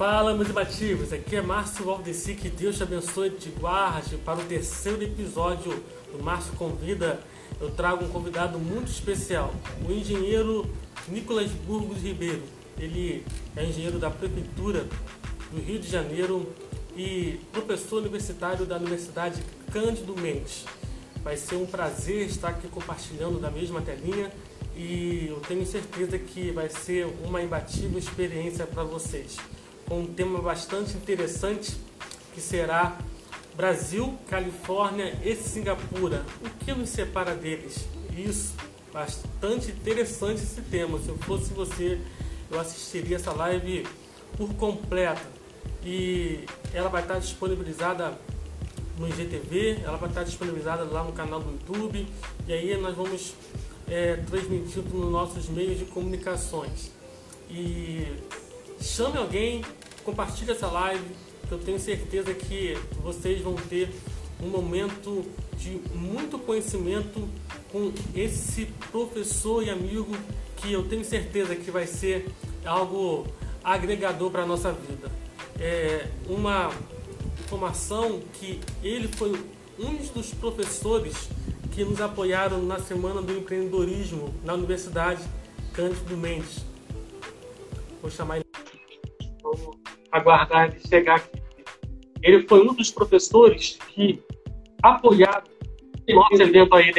Fala, meus imbatíveis, aqui é Márcio Valdeci, que Deus te abençoe e te guarde. Para o terceiro episódio do Márcio Convida, eu trago um convidado muito especial, o engenheiro Nicolas Burgos Ribeiro. Ele é engenheiro da Prefeitura do Rio de Janeiro e professor universitário da Universidade Cândido Mendes. Vai ser um prazer estar aqui compartilhando da mesma telinha e eu tenho certeza que vai ser uma imbatível experiência para vocês, com um tema bastante interessante que será Brasil, Califórnia e Singapura. O que nos separa deles? Isso, bastante interessante esse tema. Se eu fosse você, eu assistiria essa live por completa. E ela vai estar disponibilizada no IGTV, ela vai estar disponibilizada lá no canal do YouTube, e aí nós vamos transmitir nos nossos meios de comunicações. E chame alguém, compartilhe essa live, que eu tenho certeza que vocês vão ter um momento de muito conhecimento com esse professor e amigo que eu tenho certeza que vai ser algo agregador para a nossa vida. É uma informação que ele foi um dos professores que nos apoiaram na Semana do Empreendedorismo na Universidade Cândido Mendes. Vou chamar ele. Vamos aguardar ele chegar aqui. Ele foi um dos professores que apoiaram o nosso evento aí.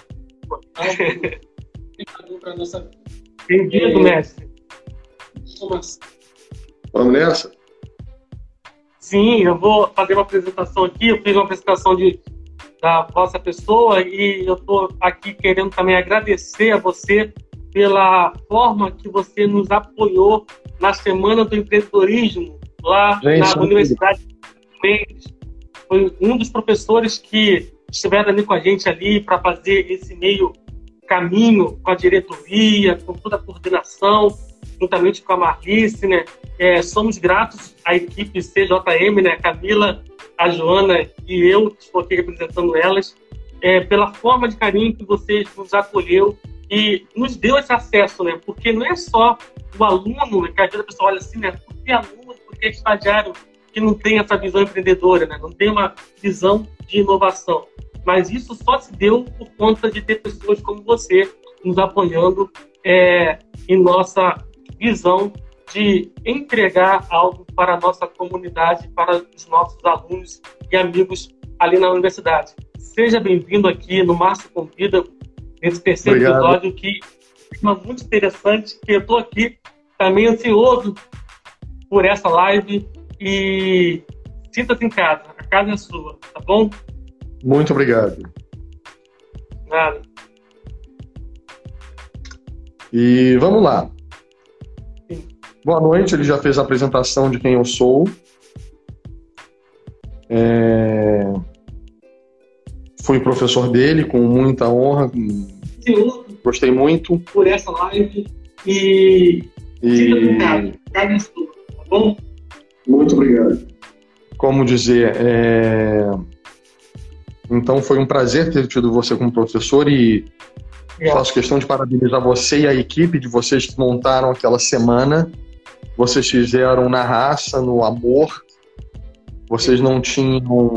Bem-vindo, mestre. Vamos nessa? Sim, eu vou fazer uma apresentação aqui. Eu fiz uma apresentação da vossa pessoa e eu estou aqui querendo também agradecer a você pela forma que você nos apoiou na Semana do Empreendedorismo lá na Universidade Mendes. Foi um dos professores que estiveram ali com a gente ali para fazer esse meio caminho com a diretoria, com toda a coordenação, juntamente com a Marlice, né? Somos gratos à equipe CJM, né? A Camila, a Joana e eu, que estou aqui representando elas, pela forma de carinho que vocês nos acolheu e nos deu esse acesso, né? Porque não é só o aluno, né? Que às vezes a pessoa olha assim, né? Por que aluno, por que estagiário que não tem essa visão empreendedora, né? Não tem uma visão de inovação. Mas isso só se deu por conta de ter pessoas como você nos apoiando em nossa visão de entregar algo para a nossa comunidade, para os nossos alunos e amigos ali na universidade. Seja bem-vindo aqui no Márcio Convida, nesse terceiro episódio, que é muito interessante, que eu estou aqui também ansioso por essa live e sinta-se em casa, a casa é sua, tá bom? Muito obrigado. Nada. E vamos lá. Boa noite, ele já fez a apresentação de quem eu sou. Fui professor dele com muita honra. Gostei muito. Por essa live e... tá bom? Muito obrigado. Como dizer, então foi um prazer ter tido você como professor e faço questão de parabenizar você e a equipe de vocês que montaram aquela semana. Vocês fizeram na raça, no amor. Vocês não tinham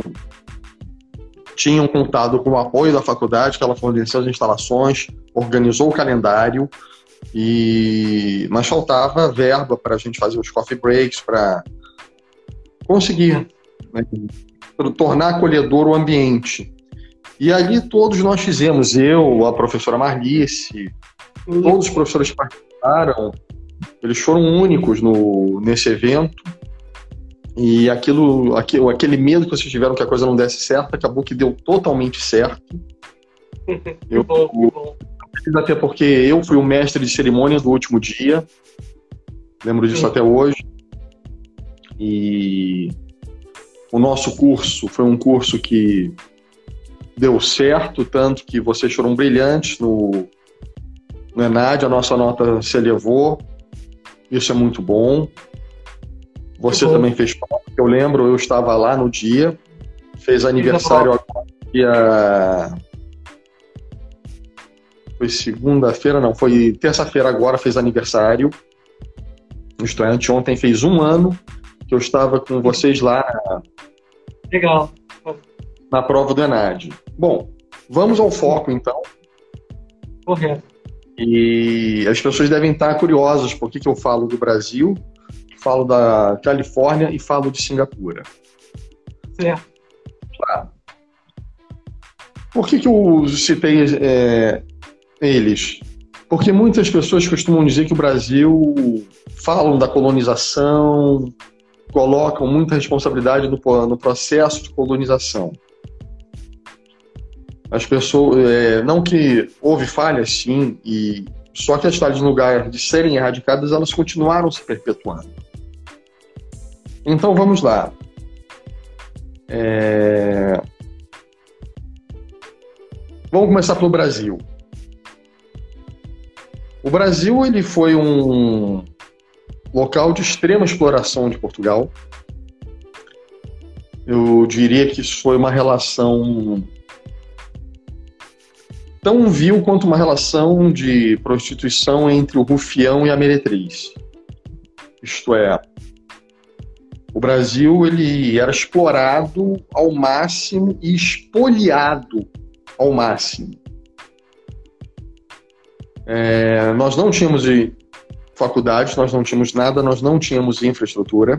contado com o apoio da faculdade, que ela forneceu as instalações, organizou o calendário, mas faltava verba para a gente fazer os coffee breaks, para conseguir, né, tornar acolhedor o ambiente. E ali todos nós fizemos, eu, a professora Marlice, todos os professores que participaram, eles foram únicos nesse evento. E aquele medo que vocês tiveram que a coisa não desse certo, acabou que deu totalmente certo. Que bom. Até porque eu fui o mestre de cerimônias no último dia. Lembro disso até hoje. E o nosso curso foi um curso que deu certo, tanto que vocês foram brilhantes no ENAD, a nossa nota se elevou. Isso é muito bom. Você também fez parte, eu lembro, eu estava lá no dia, fez aniversário agora, foi segunda-feira, não, foi terça-feira agora, fez aniversário, isto é, anteontem fez 1 ano que eu estava com vocês lá Legal. na prova do ENAD. Bom, vamos ao foco, então. Correto. E as pessoas devem estar curiosas por que eu falo do Brasil, falo da Califórnia e falo de Singapura. Certo. Claro. Por que eu citei eles? Porque muitas pessoas costumam dizer que o Brasil falam da colonização, colocam muita responsabilidade no processo de colonização. As pessoas, não que houve falhas, sim, só que as falhas, no lugar de serem erradicadas, elas continuaram se perpetuando. Então vamos lá. Vamos começar pelo Brasil. O Brasil, ele foi um local de extrema exploração de Portugal. Eu diria que isso foi uma relação tão vil quanto uma relação de prostituição entre o rufião e a meretriz. Isto é, o Brasil, ele era explorado ao máximo e espoliado ao máximo. Nós não tínhamos faculdades, nós não tínhamos nada, nós não tínhamos infraestrutura.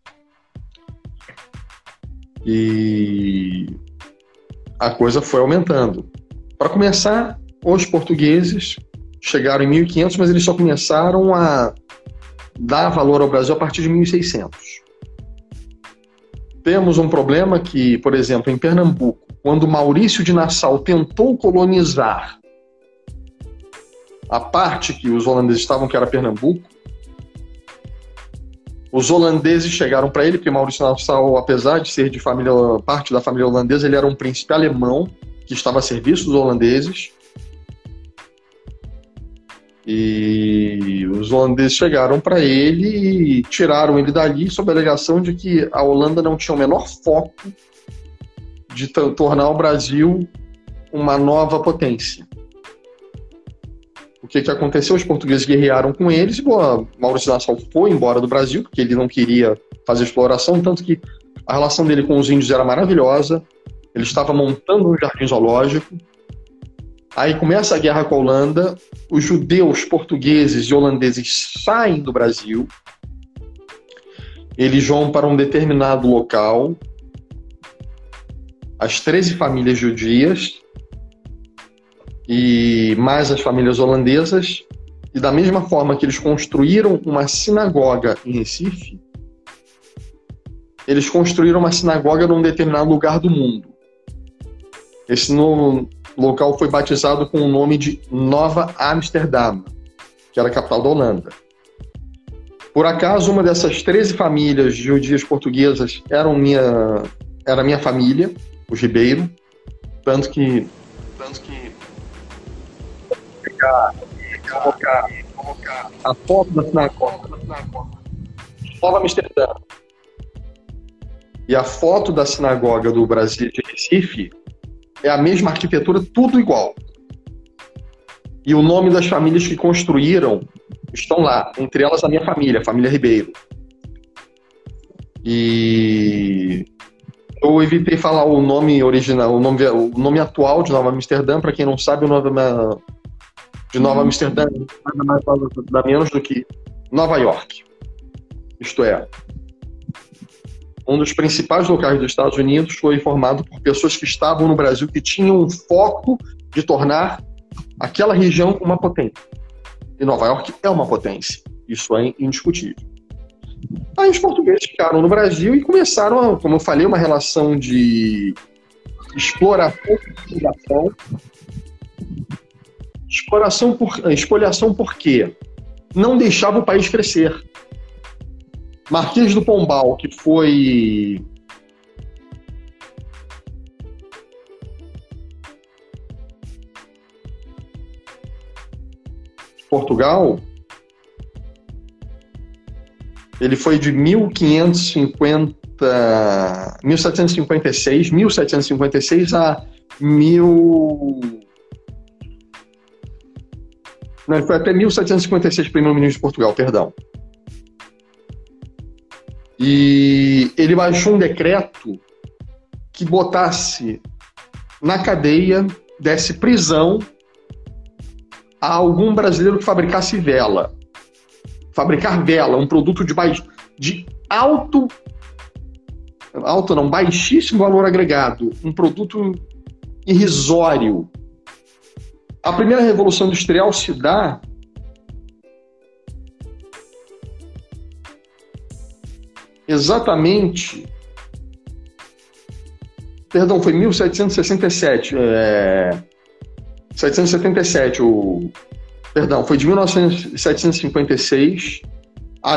E a coisa foi aumentando. Para começar, os portugueses chegaram em 1500, mas eles só começaram a dar valor ao Brasil a partir de 1600. Temos um problema que, por exemplo, em Pernambuco, quando Maurício de Nassau tentou colonizar a parte que os holandeses estavam, que era Pernambuco, os holandeses chegaram para ele, porque Maurício de Nassau, apesar de ser de parte da família holandesa, ele era um príncipe alemão que estava a serviço dos holandeses. E os holandeses chegaram para ele e tiraram ele dali sob a alegação de que a Holanda não tinha o menor foco de tornar o Brasil uma nova potência. O que aconteceu? Os portugueses guerrearam com eles e Maurício de Nassau foi embora do Brasil, porque ele não queria fazer exploração, tanto que a relação dele com os índios era maravilhosa. Ele estava montando um jardim zoológico. Aí começa a guerra com a Holanda, os judeus, portugueses e holandeses saem do Brasil, eles vão para um determinado local, as 13 famílias judias e mais as famílias holandesas, e da mesma forma que eles construíram uma sinagoga em Recife, eles construíram uma sinagoga num determinado lugar do mundo. Esse local foi batizado com o nome de Nova Amsterdã, que era a capital da Holanda. Por acaso, uma dessas 13 famílias judias portuguesas era minha família, os Ribeiro, tanto que colocar a foto da sinagoga, Nova Amsterdã, e a foto da sinagoga do Brasil de Recife, é a mesma arquitetura, tudo igual. E o nome das famílias que construíram estão lá, entre elas a minha família, a família Ribeiro. E eu evitei falar o nome original, o nome atual de Nova Amsterdã. Para quem não sabe, o nome de Nova Amsterdã nada mais nada menos do que Nova York. Isto é, um dos principais locais dos Estados Unidos foi formado por pessoas que estavam no Brasil, que tinham um foco de tornar aquela região uma potência. E Nova York é uma potência. Isso é indiscutível. Aí os portugueses ficaram no Brasil e começaram, como eu falei, uma relação de exploração e expoliação por quê? Não deixava o país crescer. Marquês do Pombal, que foi Portugal, ele foi de 1756 a Não, ele foi até 1756 primeiro-ministro de Portugal, perdão. E ele baixou um decreto que botasse na cadeia, desse prisão a algum brasileiro que fabricasse vela. Fabricar vela, um produto de baixíssimo valor agregado, um produto irrisório. A primeira revolução industrial se dá exatamente... Perdão, foi 1767. 777. Perdão, foi de 1756 a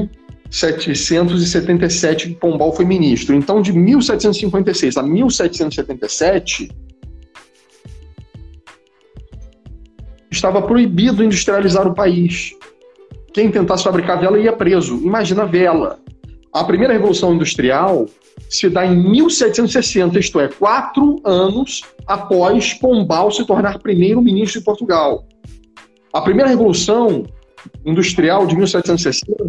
1777 que Pombal foi ministro. Então, de 1756 a 1777, estava proibido industrializar o país. Quem tentasse fabricar vela ia preso. Imagina a vela. A primeira revolução industrial se dá em 1760, isto é, 4 anos após Pombal se tornar primeiro-ministro de Portugal. A primeira revolução industrial de 1760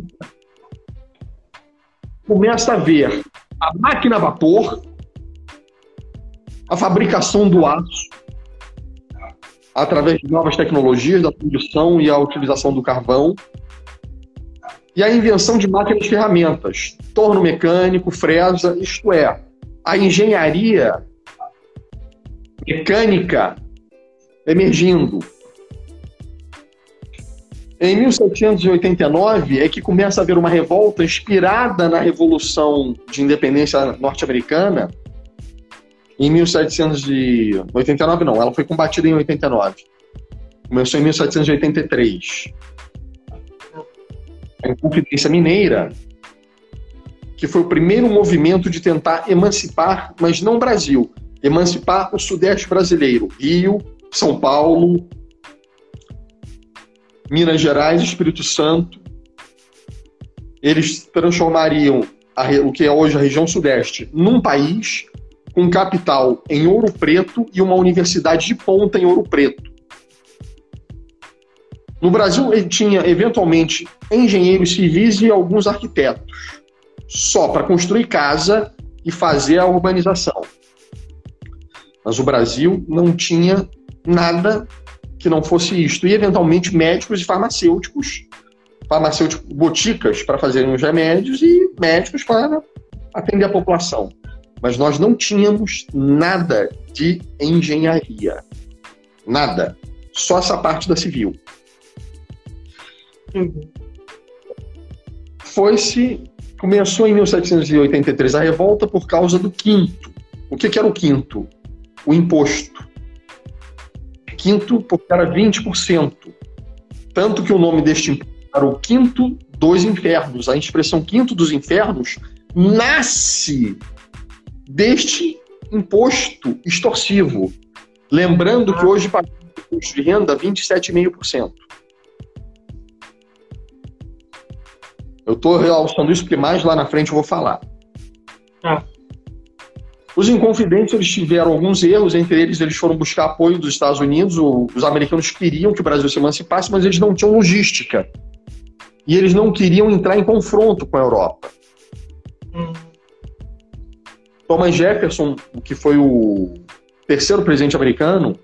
começa a ver a máquina a vapor, a fabricação do aço, através de novas tecnologias da produção e a utilização do carvão, e a invenção de máquinas e ferramentas, torno mecânico, fresa, isto é, a engenharia mecânica emergindo. Em 1789 é que começa a haver uma revolta inspirada na Revolução de Independência norte-americana. Em 1789 não, ela foi combatida em 89. Começou em 1783. A Inconfidência Mineira, que foi o primeiro movimento de tentar emancipar, mas não o Brasil, emancipar o Sudeste brasileiro, Rio, São Paulo, Minas Gerais, Espírito Santo. Eles transformariam o que é hoje a região Sudeste num país com capital em Ouro Preto e uma universidade de ponta em Ouro Preto. No Brasil, ele tinha, eventualmente, engenheiros civis e alguns arquitetos, só para construir casa e fazer a urbanização. Mas o Brasil não tinha nada que não fosse isto. E, eventualmente, médicos e farmacêuticos, boticas para fazerem os remédios e médicos para atender a população. Mas nós não tínhamos nada de engenharia. Nada. Só essa parte da civil. Começou em 1783 a revolta por causa do quinto. O que era o quinto? O imposto. Quinto porque era 20%. Tanto que o nome deste imposto era o quinto dos infernos. A expressão quinto dos infernos nasce deste imposto extorsivo. Lembrando que hoje pagamos imposto de renda 27,5%. Eu estou realçando isso porque mais lá na frente eu vou falar. Os Inconfidentes eles tiveram alguns erros, entre eles foram buscar apoio dos Estados Unidos. Os americanos queriam que o Brasil se emancipasse, mas eles não tinham logística. E eles não queriam entrar em confronto com a Europa. Thomas Jefferson, que foi o terceiro presidente americano,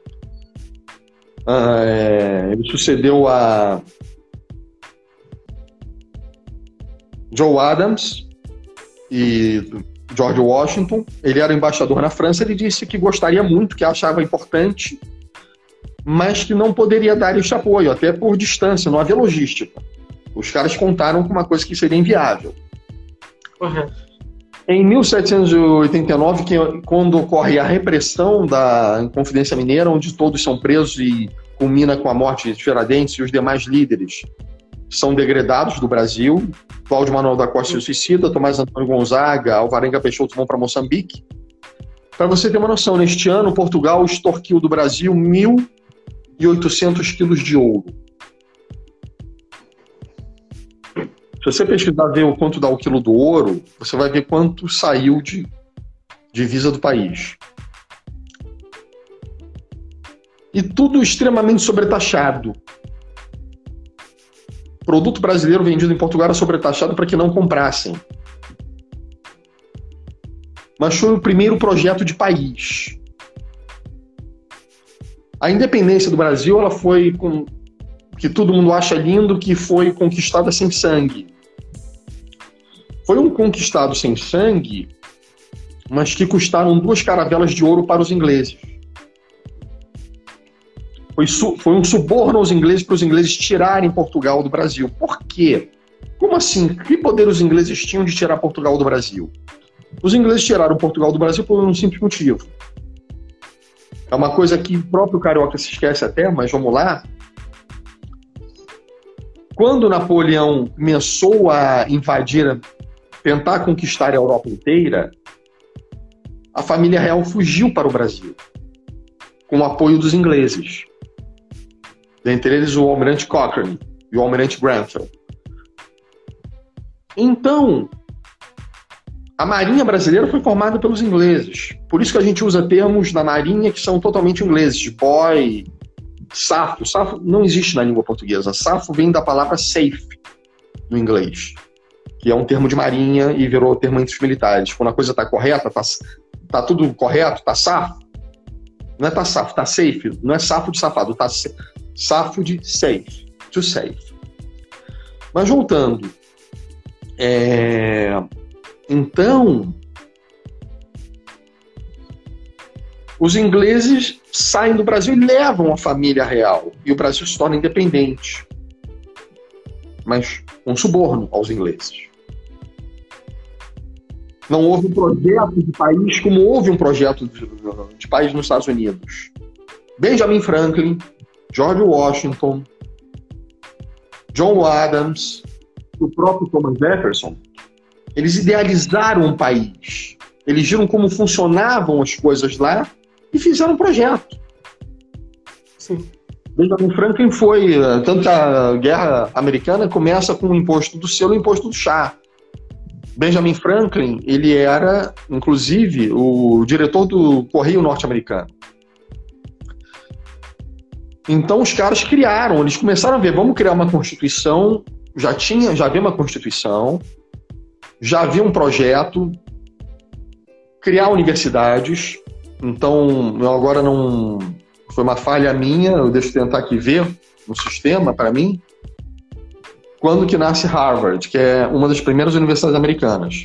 ele sucedeu a Joe Adams e George Washington. Ele era embaixador na França. Ele disse que gostaria muito, que achava importante, mas que não poderia dar este apoio, até por distância, não havia logística. Os caras contaram com uma coisa que seria inviável. Em 1789, quando ocorre a repressão da Inconfidência Mineira, onde todos são presos e culmina com a morte de Tiradentes e os demais líderes são degradados do Brasil. Cláudio Manuel da Costa se suicida, Tomás Antônio Gonzaga, Alvarenga Peixoto vão para Moçambique. Para você ter uma noção, neste ano, Portugal extorquiu do Brasil 1.800 quilos de ouro. Se você pesquisar, ver o quanto dá o quilo do ouro, você vai ver quanto saiu de divisa do país. E tudo extremamente sobretaxado. Produto brasileiro vendido em Portugal era sobretaxado para que não comprassem. mas foi o primeiro projeto de país. A independência do Brasil, ela foi, que todo mundo acha lindo, que foi conquistada sem sangue. Foi um conquistado sem sangue, mas que custaram 2 caravelas de ouro para os ingleses. Foi um suborno aos ingleses para os ingleses tirarem Portugal do Brasil. Por quê? Como assim? Que poder os ingleses tinham de tirar Portugal do Brasil? Os ingleses tiraram Portugal do Brasil por um simples motivo. É uma coisa que o próprio carioca se esquece até, mas vamos lá. Quando Napoleão começou a invadir, tentar conquistar a Europa inteira, a família real fugiu para o Brasil, com o apoio dos ingleses. Dentre eles o almirante Cochrane e o almirante Grenfell. Então, a Marinha brasileira foi formada pelos ingleses. Por isso que a gente usa termos na Marinha que são totalmente ingleses. Boy, safo. Safo não existe na língua portuguesa. Safo vem da palavra safe, no inglês, que é um termo de marinha e virou termo entre os militares. Quando a coisa está correta, tá tudo correto, tá safo. Não é tá safo, tá safe. Não é safo de safado, tá safo de safe. To safe. Mas voltando. Então, os ingleses saem do Brasil e levam a família real. E o Brasil se torna independente. Mas um suborno aos ingleses. Não houve um projeto de país como houve um projeto de país nos Estados Unidos. Benjamin Franklin, George Washington, John Adams, o próprio Thomas Jefferson, eles idealizaram um país. Eles viram como funcionavam as coisas lá e fizeram um projeto. Sim. Benjamin Franklin foi... Tanto que a Guerra Americana começa com o imposto do selo e o imposto do chá. Benjamin Franklin, ele era, inclusive, o diretor do Correio Norte-Americano. Então, os caras criaram, eles começaram a ver, vamos criar uma Constituição, já havia uma Constituição, já havia um projeto, criar universidades. Então, eu agora não... Foi uma falha minha, eu deixo tentar aqui ver no sistema, para mim. Quando que nasce Harvard, que é uma das primeiras universidades americanas?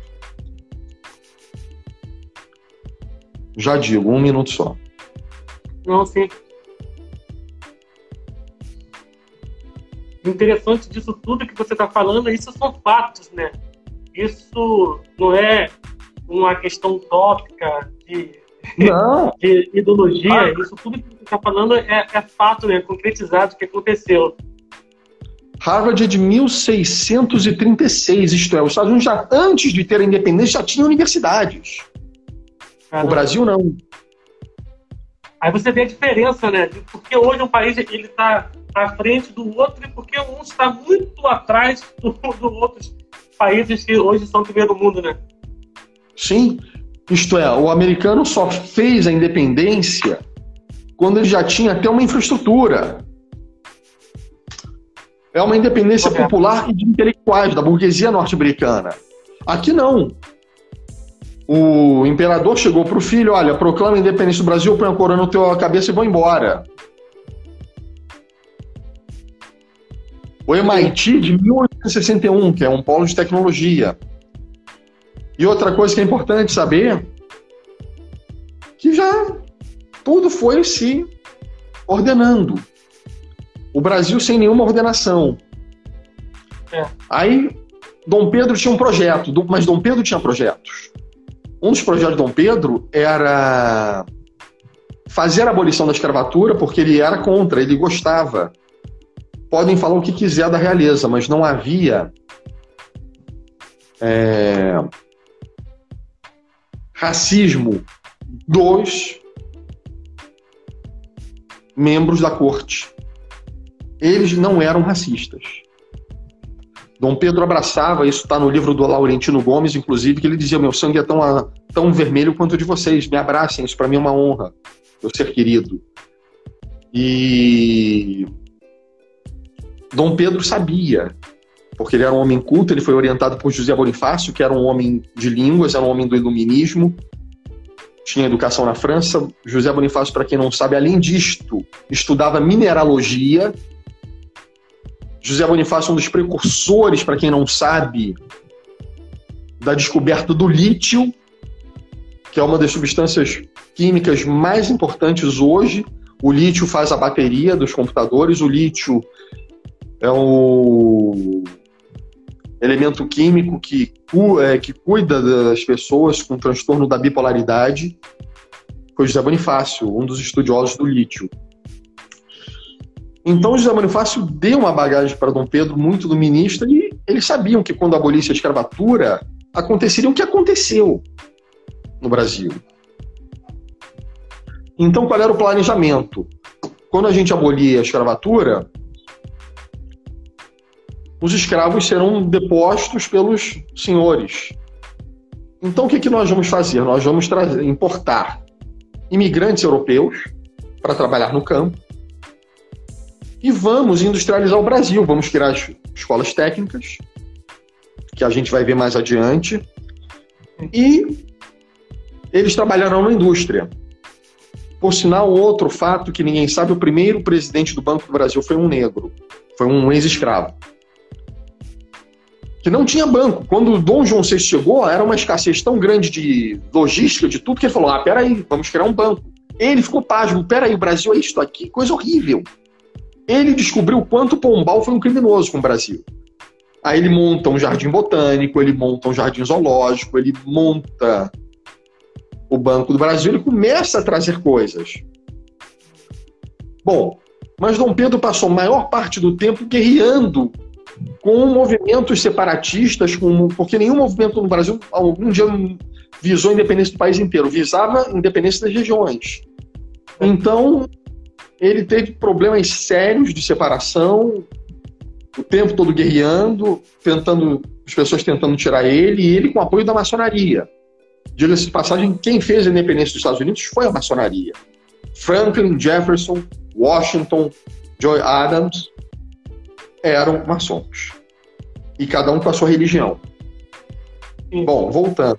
Já digo, 1 minuto só. Não, sim. O interessante disso tudo que você está falando, isso são fatos, né? Isso não é uma questão utópica de ideologia. Isso tudo que você está falando é fato, né? Concretizado, que aconteceu. Harvard é de 1636, isto é, os Estados Unidos, já antes de ter a independência, já tinha universidades. Caramba. O Brasil não. Aí você vê a diferença, né? Porque hoje um país ele está à frente do outro e porque um está muito atrás do outros países que hoje são primeiro mundo, né? Sim. Isto é, o americano só fez a independência quando ele já tinha até uma infraestrutura. É uma independência popular e de intelectuais, da burguesia norte-americana. Aqui não. O imperador chegou para o filho, olha, proclama a independência do Brasil, põe a coroa na tua cabeça e vou embora. O MIT de 1861, que é um polo de tecnologia. E outra coisa que é importante saber, que já tudo foi se ordenando. O Brasil sem nenhuma ordenação. Aí, Dom Pedro tinha um projeto, mas Dom Pedro tinha projetos. Um dos projetos de Dom Pedro era fazer a abolição da escravatura, porque ele era contra, ele gostava. Podem falar o que quiser da realeza, mas não havia racismo dos membros da corte. Eles não eram racistas. Dom Pedro abraçava, isso está no livro do Laurentino Gomes, inclusive, que ele dizia, meu sangue é tão vermelho quanto o de vocês, me abracem, isso para mim é uma honra, eu ser querido. E Dom Pedro sabia, porque ele era um homem culto, ele foi orientado por José Bonifácio, que era um homem de línguas, era um homem do iluminismo, tinha educação na França. José Bonifácio, para quem não sabe, além disto, estudava mineralogia. José Bonifácio é um dos precursores, para quem não sabe, da descoberta do lítio, que é uma das substâncias químicas mais importantes hoje. O lítio faz a bateria dos computadores, o lítio é o elemento químico que cuida das pessoas com transtorno da bipolaridade. Foi José Bonifácio, um dos estudiosos do lítio. Então, José Bonifácio deu uma bagagem para Dom Pedro muito iluminista, e eles sabiam que quando abolisse a escravatura, aconteceria o que aconteceu no Brasil. Então, qual era o planejamento? Quando a gente abolir a escravatura, os escravos serão depostos pelos senhores. Então, o que nós vamos fazer? Nós vamos importar imigrantes europeus para trabalhar no campo e vamos industrializar o Brasil. Vamos criar escolas técnicas, que a gente vai ver mais adiante, e eles trabalharão na indústria. Por sinal, outro fato que ninguém sabe, o primeiro presidente do Banco do Brasil foi um negro, foi um ex-escravo, que não tinha banco. Quando o Dom João VI chegou, era uma escassez tão grande de logística, de tudo, que ele falou, peraí, vamos criar um banco. Ele ficou pasmo, peraí, o Brasil é isto aqui, coisa horrível. Ele descobriu o quanto Pombal foi um criminoso com o Brasil. Aí ele monta um jardim botânico, ele monta um jardim zoológico, ele monta o Banco do Brasil, ele começa a trazer coisas. Bom, mas Dom Pedro passou a maior parte do tempo guerreando com movimentos separatistas, porque nenhum movimento no Brasil algum dia visou a independência do país inteiro, visava a independência das regiões. Então, ele teve problemas sérios de separação, o tempo todo guerreando, as pessoas tentando tirar ele, e ele com apoio da maçonaria. Diga-se de passagem, quem fez a independência dos Estados Unidos foi a maçonaria. Franklin, Jefferson, Washington, John Adams eram maçons. E cada um com a sua religião. Bom, voltando.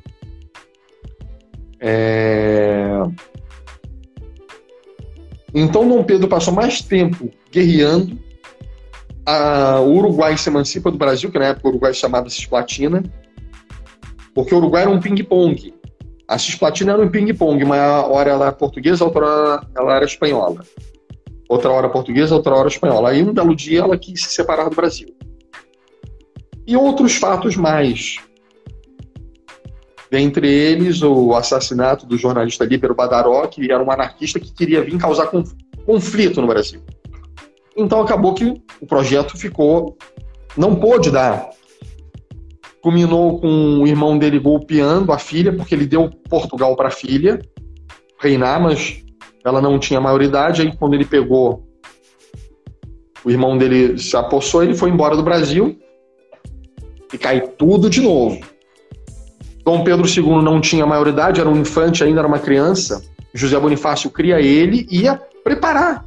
Então, Dom Pedro passou mais tempo guerreando. O Uruguai se emancipa do Brasil, que na época o Uruguai chamava Cisplatina, porque o Uruguai era um ping-pong. A Cisplatina era um ping-pong, uma hora ela era portuguesa, outra hora ela era espanhola. Outra hora portuguesa, outra hora espanhola. Aí, um belo dia, ela quis se separar do Brasil. E outros fatos mais. Dentre eles, o assassinato do jornalista Líbero Badaró, que era um anarquista que queria vir causar conflito no Brasil. Então, acabou que o projeto não pôde dar. Culminou com o irmão dele golpeando a filha, porque ele deu Portugal para a filha reinar, mas ela não tinha maioridade. Aí, quando ele pegou, o irmão dele se apossou, ele foi embora do Brasil e cai tudo de novo. Dom Pedro II não tinha maioridade, era um infante, ainda era uma criança. José Bonifácio cria ele e ia preparar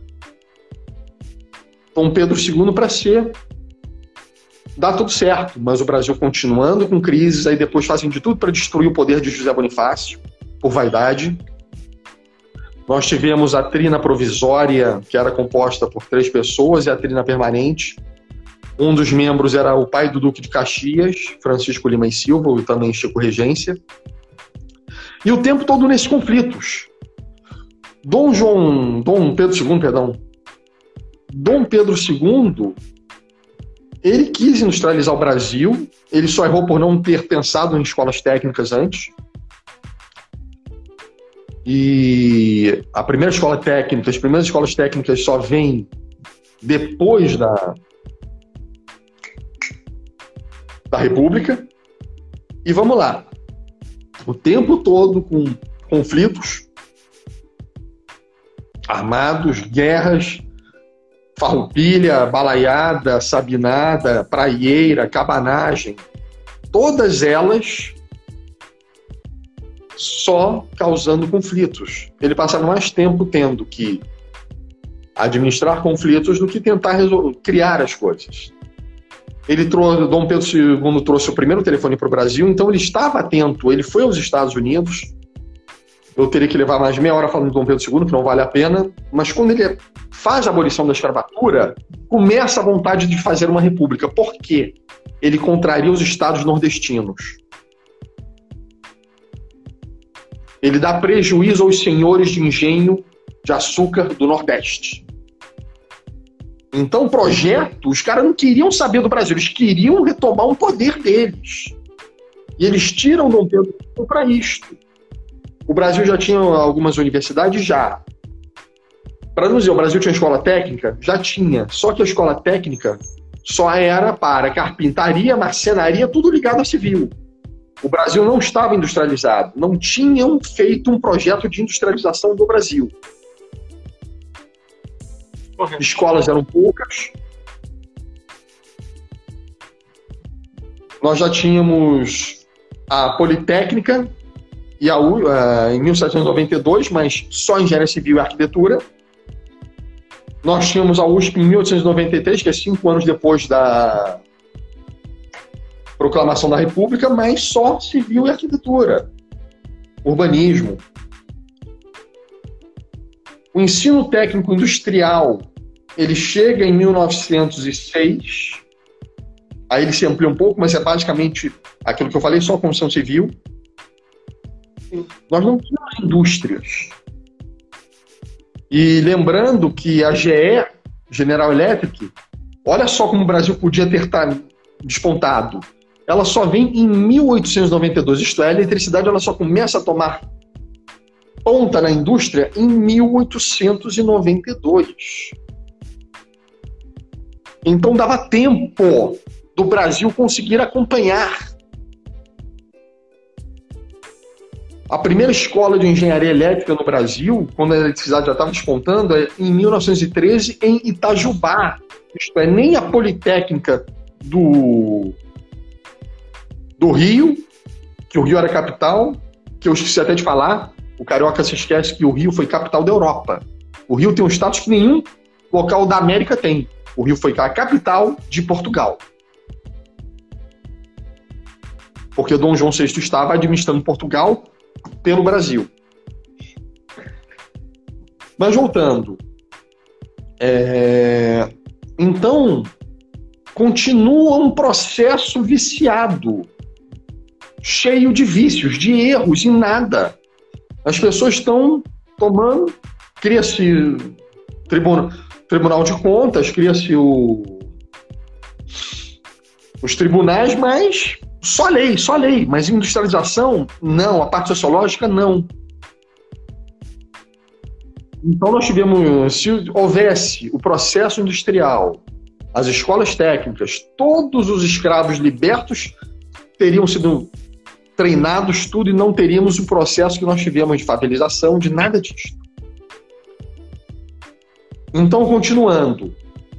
Dom Pedro II para dá tudo certo, mas o Brasil continuando com crises, aí depois fazem de tudo para destruir o poder de José Bonifácio, por vaidade. Nós tivemos a trina provisória, que era composta por 3 pessoas, e a trina permanente. Um dos membros era o pai do Duque de Caxias, Francisco Lima e Silva, e também Chico Regência. E o tempo todo nesses conflitos. Dom Pedro II, ele quis industrializar o Brasil, ele só errou por não ter pensado em escolas técnicas antes. E as primeiras escolas técnicas só vêm depois da República. E vamos lá. O tempo todo com conflitos armados, guerras, farroupilha, balaiada, sabinada, praieira, cabanagem, todas elas só causando conflitos. Ele passava mais tempo tendo que administrar conflitos do que tentar criar as coisas. Dom Pedro II trouxe o primeiro telefone para o Brasil, então ele estava atento, ele foi aos Estados Unidos. Eu teria que levar mais meia hora falando de Dom Pedro II, que não vale a pena, mas quando ele faz a abolição da escravatura, começa a vontade de fazer uma república. Por quê? Ele contraria os estados nordestinos. Ele dá prejuízo aos senhores de engenho de açúcar do Nordeste. Então, projeto, os caras não queriam saber do Brasil, eles queriam retomar um poder deles. E eles tiram Dom Pedro para isto. O Brasil já tinha algumas universidades? Já. Para não dizer, o Brasil tinha escola técnica? Já tinha. Só que a escola técnica só era para carpintaria, marcenaria, tudo ligado a civil. O Brasil não estava industrializado. Não tinham feito um projeto de industrialização do Brasil. Escolas eram poucas. Nós já tínhamos a Politécnica e em 1792, mas só engenharia civil e arquitetura. Nós tínhamos a USP em 1893, que é 5 anos depois da proclamação da República, mas só civil e arquitetura, urbanismo. O ensino técnico industrial, ele chega em 1906, aí ele se amplia um pouco, mas é basicamente aquilo que eu falei, só construção civil. Nós não tínhamos indústrias. E lembrando que a GE, General Electric, olha só como o Brasil podia ter despontado. Ela só vem em 1892, isto é, a eletricidade ela só começa a tomar ponta na indústria em 1892. Então dava tempo do Brasil conseguir acompanhar. A primeira escola de engenharia elétrica no Brasil, quando a eletricidade já estava despontando, é em 1913 em Itajubá. Isto é, nem a Politécnica do Rio, que o Rio era capital, que eu esqueci até de falar, o carioca se esquece que o Rio foi capital da Europa. O Rio tem um status que nenhum local da América tem. O Rio foi a capital de Portugal. Porque Dom João VI estava administrando Portugal pelo Brasil. Mas voltando. Então, continua um processo viciado, cheio de vícios, de erros, e nada. As pessoas estão tomando, cria-se Tribunal de Contas, cria-se os tribunais, mas só lei. Mas industrialização, não. A parte sociológica, não. Então nós tivemos, se houvesse o processo industrial, as escolas técnicas, todos os escravos libertos teriam sido treinados, tudo, e não teríamos o processo que nós tivemos de favelização, de nada disso. Então, continuando.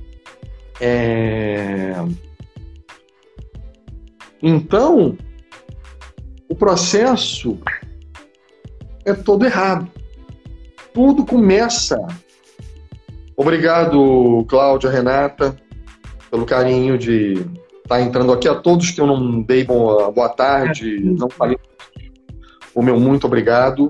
Então, o processo é todo errado. Tudo começa. Obrigado, Cláudia, Renata, pelo carinho de estar entrando aqui. A todos que eu não dei boa tarde, não falei o meu muito obrigado.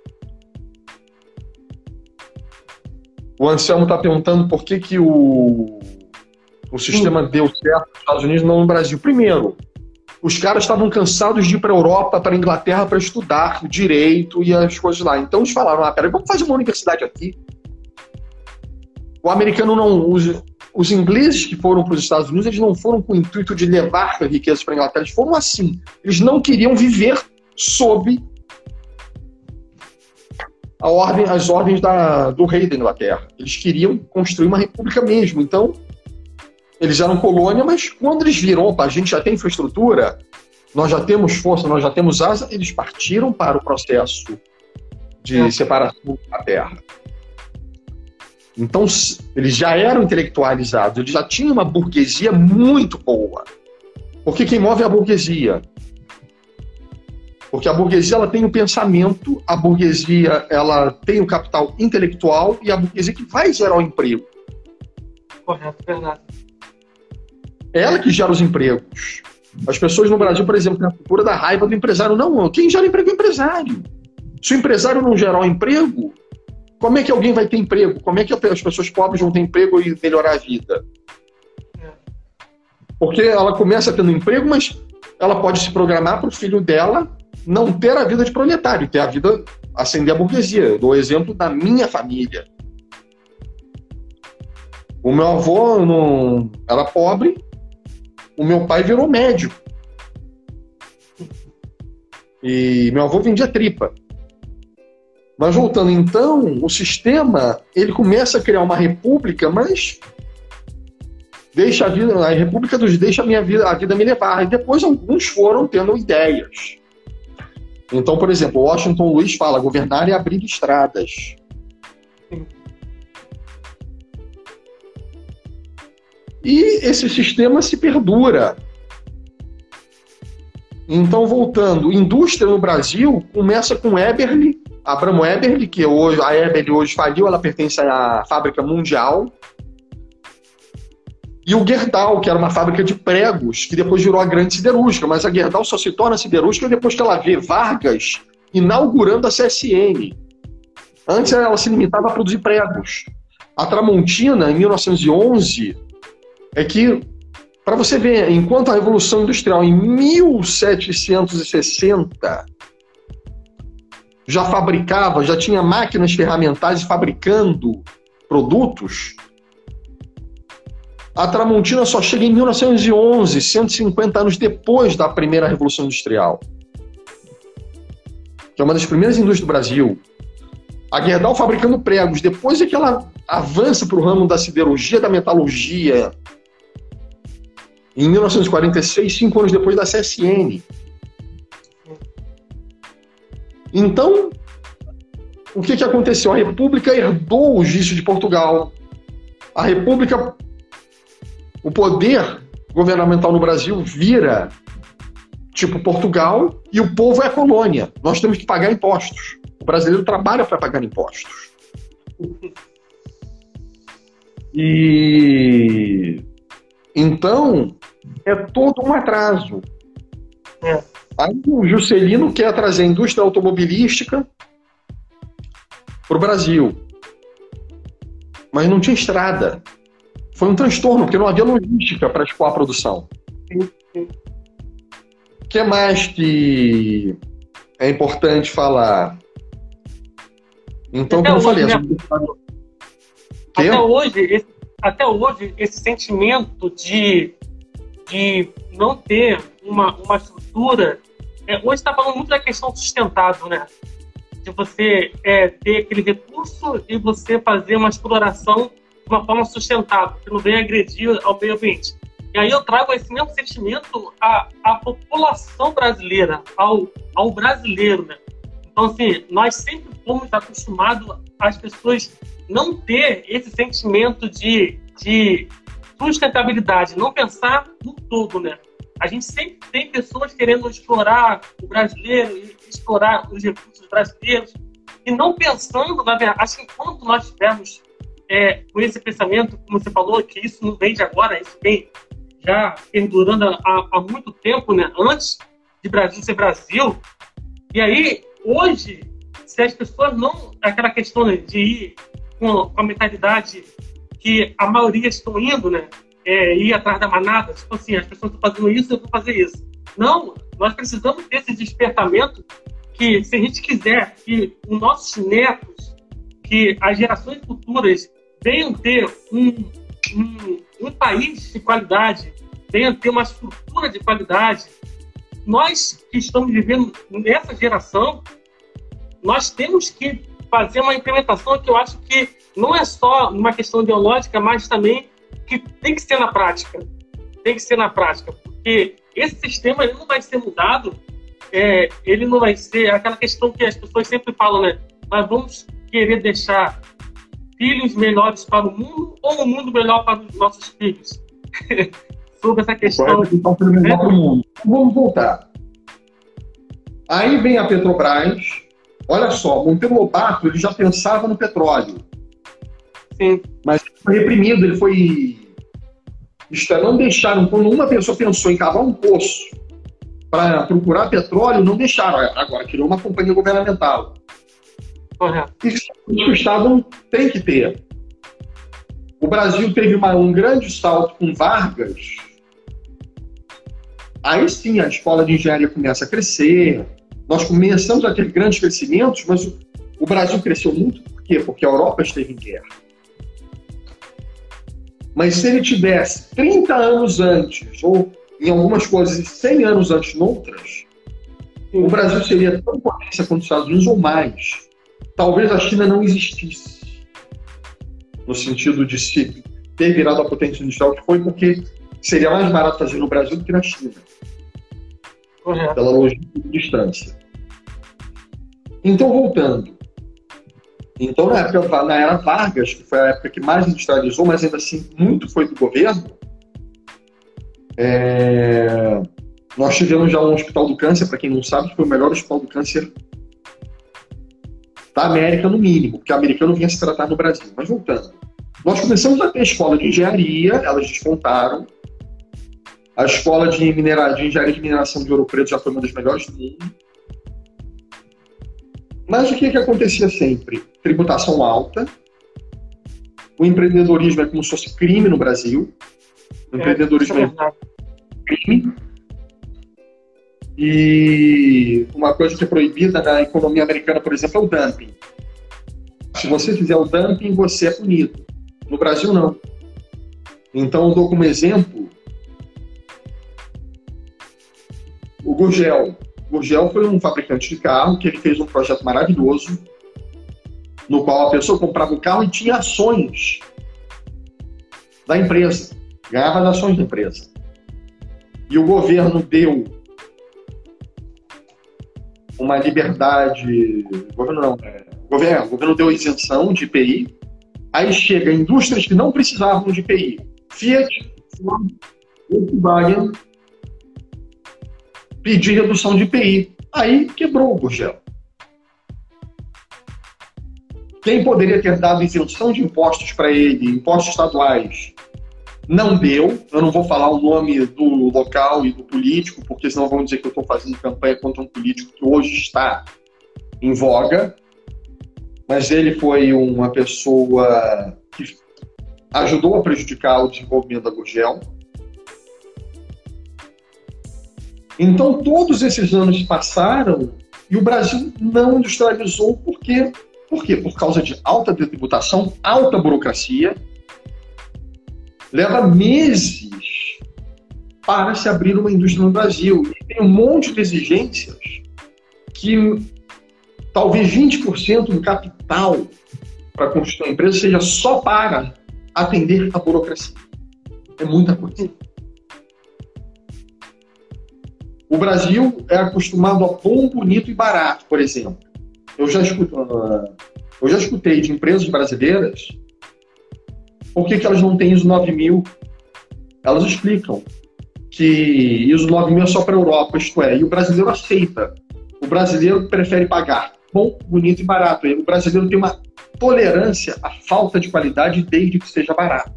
O Anselmo está perguntando por que o sistema deu certo nos Estados Unidos e não no Brasil. Primeiro, os caras estavam cansados de ir para a Europa, para a Inglaterra, para estudar direito e as coisas lá. Então eles falaram, peraí, vamos fazer uma universidade aqui. O americano não usa. Os ingleses que foram para os Estados Unidos, eles não foram com o intuito de levar riquezas para a Inglaterra, eles foram assim. Eles não queriam viver sob as ordens do rei da Inglaterra. Eles queriam construir uma república mesmo. Então, eles eram colônia, mas quando eles viram, opa, a gente já tem infraestrutura, nós já temos força, nós já temos asa, eles partiram para o processo de separação da terra. Então, eles já eram intelectualizados, eles já tinham uma burguesia muito boa. Porque quem move é a burguesia. Porque a burguesia ela tem o pensamento, a burguesia ela tem o capital intelectual e a burguesia que vai gerar o emprego. Correto, verdade. É ela que gera os empregos. As pessoas no Brasil, por exemplo, têm a cultura da raiva do empresário. Não, quem gera emprego é o empresário. Se o empresário não gerar um emprego, como é que alguém vai ter emprego? Como é que as pessoas pobres vão ter emprego e melhorar a vida? Porque ela começa tendo emprego, mas ela pode se programar para o filho dela não ter a vida de proletário, ter a vida, ascender a burguesia. Eu dou o exemplo da minha família. O meu avô era pobre, o meu pai virou médico. E meu avô vendia tripa. Mas voltando, então, o sistema, ele começa a criar uma república, mas deixa a república deixa a vida me levar. E depois alguns foram tendo ideias. Então, por exemplo, Washington Luiz fala, governar é abrir estradas. E esse sistema se perdura. Então, voltando, indústria no Brasil começa com Eberle, Abramo Eberle, que hoje, a Eberle hoje faliu, ela pertence à Fábrica Mundial. E o Gerdau, que era uma fábrica de pregos, que depois virou a grande siderúrgica, mas a Gerdau só se torna siderúrgica depois que ela vê Vargas inaugurando a CSN. Antes ela se limitava a produzir pregos. A Tramontina, em 1911, é que, para você ver, enquanto a Revolução Industrial, em 1760, já tinha máquinas ferramentais fabricando produtos, a Tramontina só chega em 1911, 150 anos depois da primeira Revolução Industrial, que é uma das primeiras indústrias do Brasil. A Gerdau fabricando pregos, depois é que ela avança para o ramo da siderurgia, da metalurgia, em 1946, 5 anos depois da CSN. Então, o que aconteceu? A República herdou os vícios de Portugal. A República, o poder governamental no Brasil vira tipo Portugal e o povo é a colônia. Nós temos que pagar impostos. O brasileiro trabalha para pagar impostos. E então é todo um atraso. Aí o Juscelino quer trazer a indústria automobilística para o Brasil. Mas não tinha estrada. Foi um transtorno, porque não havia logística para escoar a produção. O que mais que é importante falar? Então, como eu falei... Até hoje, esse sentimento de não ter uma estrutura... hoje está falando muito da questão sustentável, né? De você ter aquele recurso e você fazer uma exploração de uma forma sustentável, que não venha agredir ao meio ambiente. E aí eu trago esse mesmo sentimento à população brasileira, ao brasileiro, né? Então, assim, nós sempre fomos acostumados as pessoas não ter esse sentimento de sustentabilidade, não pensar no todo, né? A gente sempre tem pessoas querendo explorar o brasileiro, explorar os recursos brasileiros, e não pensando, na verdade, acho que quando nós tivermos com esse pensamento, como você falou, que isso não vem de agora, isso vem já perdurando há muito tempo, né? Antes de Brasil ser Brasil. E aí, hoje, se as pessoas não... Aquela questão, né, de ir com a mentalidade que a maioria estão indo, né? Ir atrás da manada, tipo assim, as pessoas estão fazendo isso, eu vou fazer isso. Não, nós precisamos ter esse despertamento que, se a gente quiser que os nossos netos, que as gerações futuras venham ter um país de qualidade, venham ter uma estrutura de qualidade, nós que estamos vivendo nessa geração, nós temos que fazer uma implementação que eu acho que não é só uma questão ideológica, mas também que tem que ser na prática. Tem que ser na prática, porque esse sistema ele não vai ser mudado, ele não vai ser aquela questão que as pessoas sempre falam, né? Nós vamos querer deixar filhos melhores para o mundo ou um mundo melhor para os nossos filhos? Sobre essa questão. Melhor para o mundo. Vamos voltar. Aí vem a Petrobras. Olha só, Monteiro Lobato ele já pensava no petróleo. Sim. Mas ele foi reprimido, ele foi Isto é, não deixaram, quando uma pessoa pensou em cavar um poço para procurar petróleo, não deixaram. Agora, criou uma companhia governamental. Correto. Isso o Estado tem que ter. O Brasil teve um grande salto com Vargas. Aí sim a escola de engenharia começa a crescer. Nós começamos a ter grandes crescimentos, mas o Brasil cresceu muito. Por quê? Porque a Europa esteve em guerra. Mas se ele tivesse 30 anos antes, ou em algumas coisas 100 anos antes em outras, o Brasil seria tão potência quanto os Estados Unidos ou mais. Talvez a China não existisse, no sentido de se ter virado a potência industrial, que foi porque seria mais barato fazer no Brasil do que na China. Correto. Pela logística de distância. Então, voltando. Então, na era Vargas, que foi a época que mais industrializou, mas ainda assim muito foi do governo, nós tivemos já um hospital do câncer, para quem não sabe, que foi o melhor hospital do câncer da América, no mínimo, porque o americano vinha se tratar no Brasil. Mas voltando, nós começamos a ter escola de engenharia, elas despontaram. A escola de engenharia de mineração de Ouro Preto já foi uma das melhores do mundo. Mas o que acontecia sempre? Tributação alta. O empreendedorismo é como se fosse crime no Brasil. O empreendedorismo é crime. E uma coisa que é proibida na economia americana, por exemplo, é o dumping. Se você fizer o dumping, você é punido. No Brasil, não. Então, eu dou como exemplo o Gurgel. O Gurgel foi um fabricante de carro que ele fez um projeto maravilhoso no qual a pessoa comprava o carro e tinha ações da empresa. Ganhava as ações da empresa. E o governo deu uma liberdade... O governo deu isenção de IPI. Aí chega indústrias que não precisavam de IPI. Fiat, Ford, Volkswagen pedir redução de IPI. Aí quebrou o Gurgel. Quem poderia ter dado isenção de impostos para ele, impostos estaduais, não deu. Eu não vou falar o nome do local e do político, porque senão vão dizer que eu estou fazendo campanha contra um político que hoje está em voga. Mas ele foi uma pessoa que ajudou a prejudicar o desenvolvimento da Gurgel. Então, todos esses anos passaram e o Brasil não industrializou. Por quê? Por quê? Por causa de alta tributação, alta burocracia. Leva meses para se abrir uma indústria no Brasil. E tem um monte de exigências que talvez 20% do capital para construir uma empresa seja só para atender a burocracia. É muita coisa. O Brasil é acostumado a bom, bonito e barato, por exemplo. Eu já escutei de empresas brasileiras por que elas não têm ISO 9000. Elas explicam que ISO 9000 é só para a Europa, isto é, e o brasileiro aceita. O brasileiro prefere pagar bom, bonito e barato. O brasileiro tem uma tolerância à falta de qualidade desde que seja barato.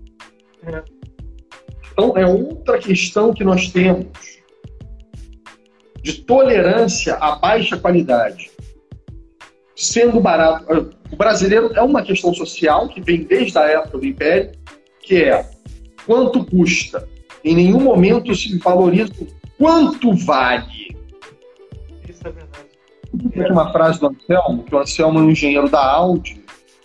Então, é outra questão que nós temos de tolerância à baixa qualidade. Sendo barato, o brasileiro é uma questão social que vem desde a época do Império, que é quanto custa. Em nenhum momento se valoriza o quanto vale. Isso é verdade. Tem uma frase do Anselmo, que o Anselmo é um engenheiro da Audi,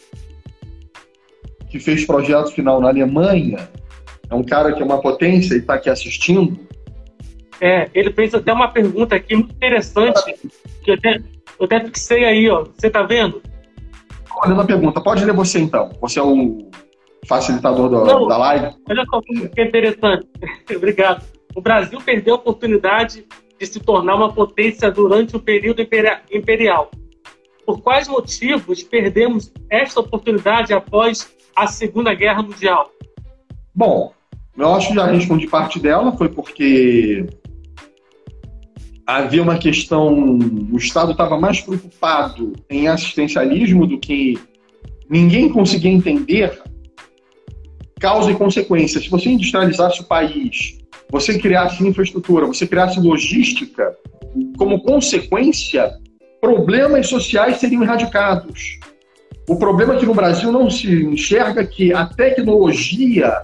que fez projeto final na Alemanha. É um cara que é uma potência e está aqui assistindo. Ele fez até uma pergunta aqui muito interessante, que eu até fixei aí, ó. Você tá vendo? Olhando a pergunta, pode ler você então. Você é o facilitador da live. Olha só que é interessante. Obrigado. O Brasil perdeu a oportunidade de se tornar uma potência durante o período imperial. Por quais motivos perdemos esta oportunidade após a Segunda Guerra Mundial? Bom, eu acho que já respondi parte dela, foi porque havia uma questão, o Estado estava mais preocupado em assistencialismo do que ninguém conseguia entender causa e consequência. Se você industrializasse o país, você criasse infraestrutura, você criasse logística, como consequência, problemas sociais seriam erradicados. O problema é que no Brasil não se enxerga que a tecnologia,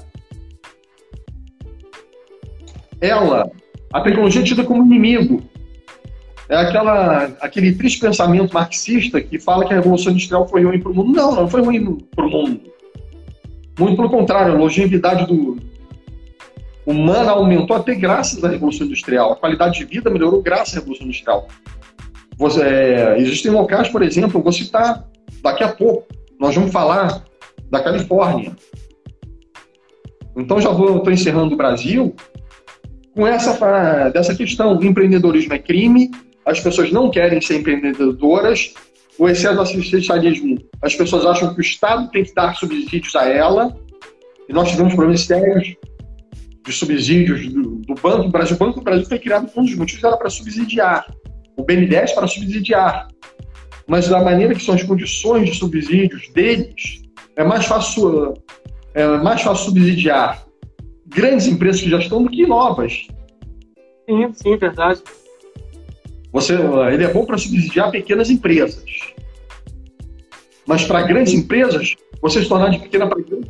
a tecnologia é tida como inimigo. É aquele triste pensamento marxista que fala que a Revolução Industrial foi ruim para o mundo. Não foi ruim para o mundo. Muito pelo contrário, a longevidade humana aumentou até graças à Revolução Industrial. A qualidade de vida melhorou graças à Revolução Industrial. Existem locais, por exemplo, eu vou citar daqui a pouco, nós vamos falar da Califórnia. Então já estou encerrando o Brasil com dessa questão. O empreendedorismo é crime, as pessoas não querem ser empreendedoras, o excesso do assistencialismo, as pessoas acham que o Estado tem que dar subsídios a ela, e nós tivemos problemas sérios de subsídios do Banco do Brasil. O Banco do Brasil foi criado por um dos motivos, era para subsidiar. O BNDES para subsidiar. Mas da maneira que são as condições de subsídios deles, é mais fácil subsidiar grandes empresas que já estão do que novas. Sim, verdade. Ele é bom para subsidiar pequenas empresas. Mas para grandes empresas, você se tornar de pequena para grande.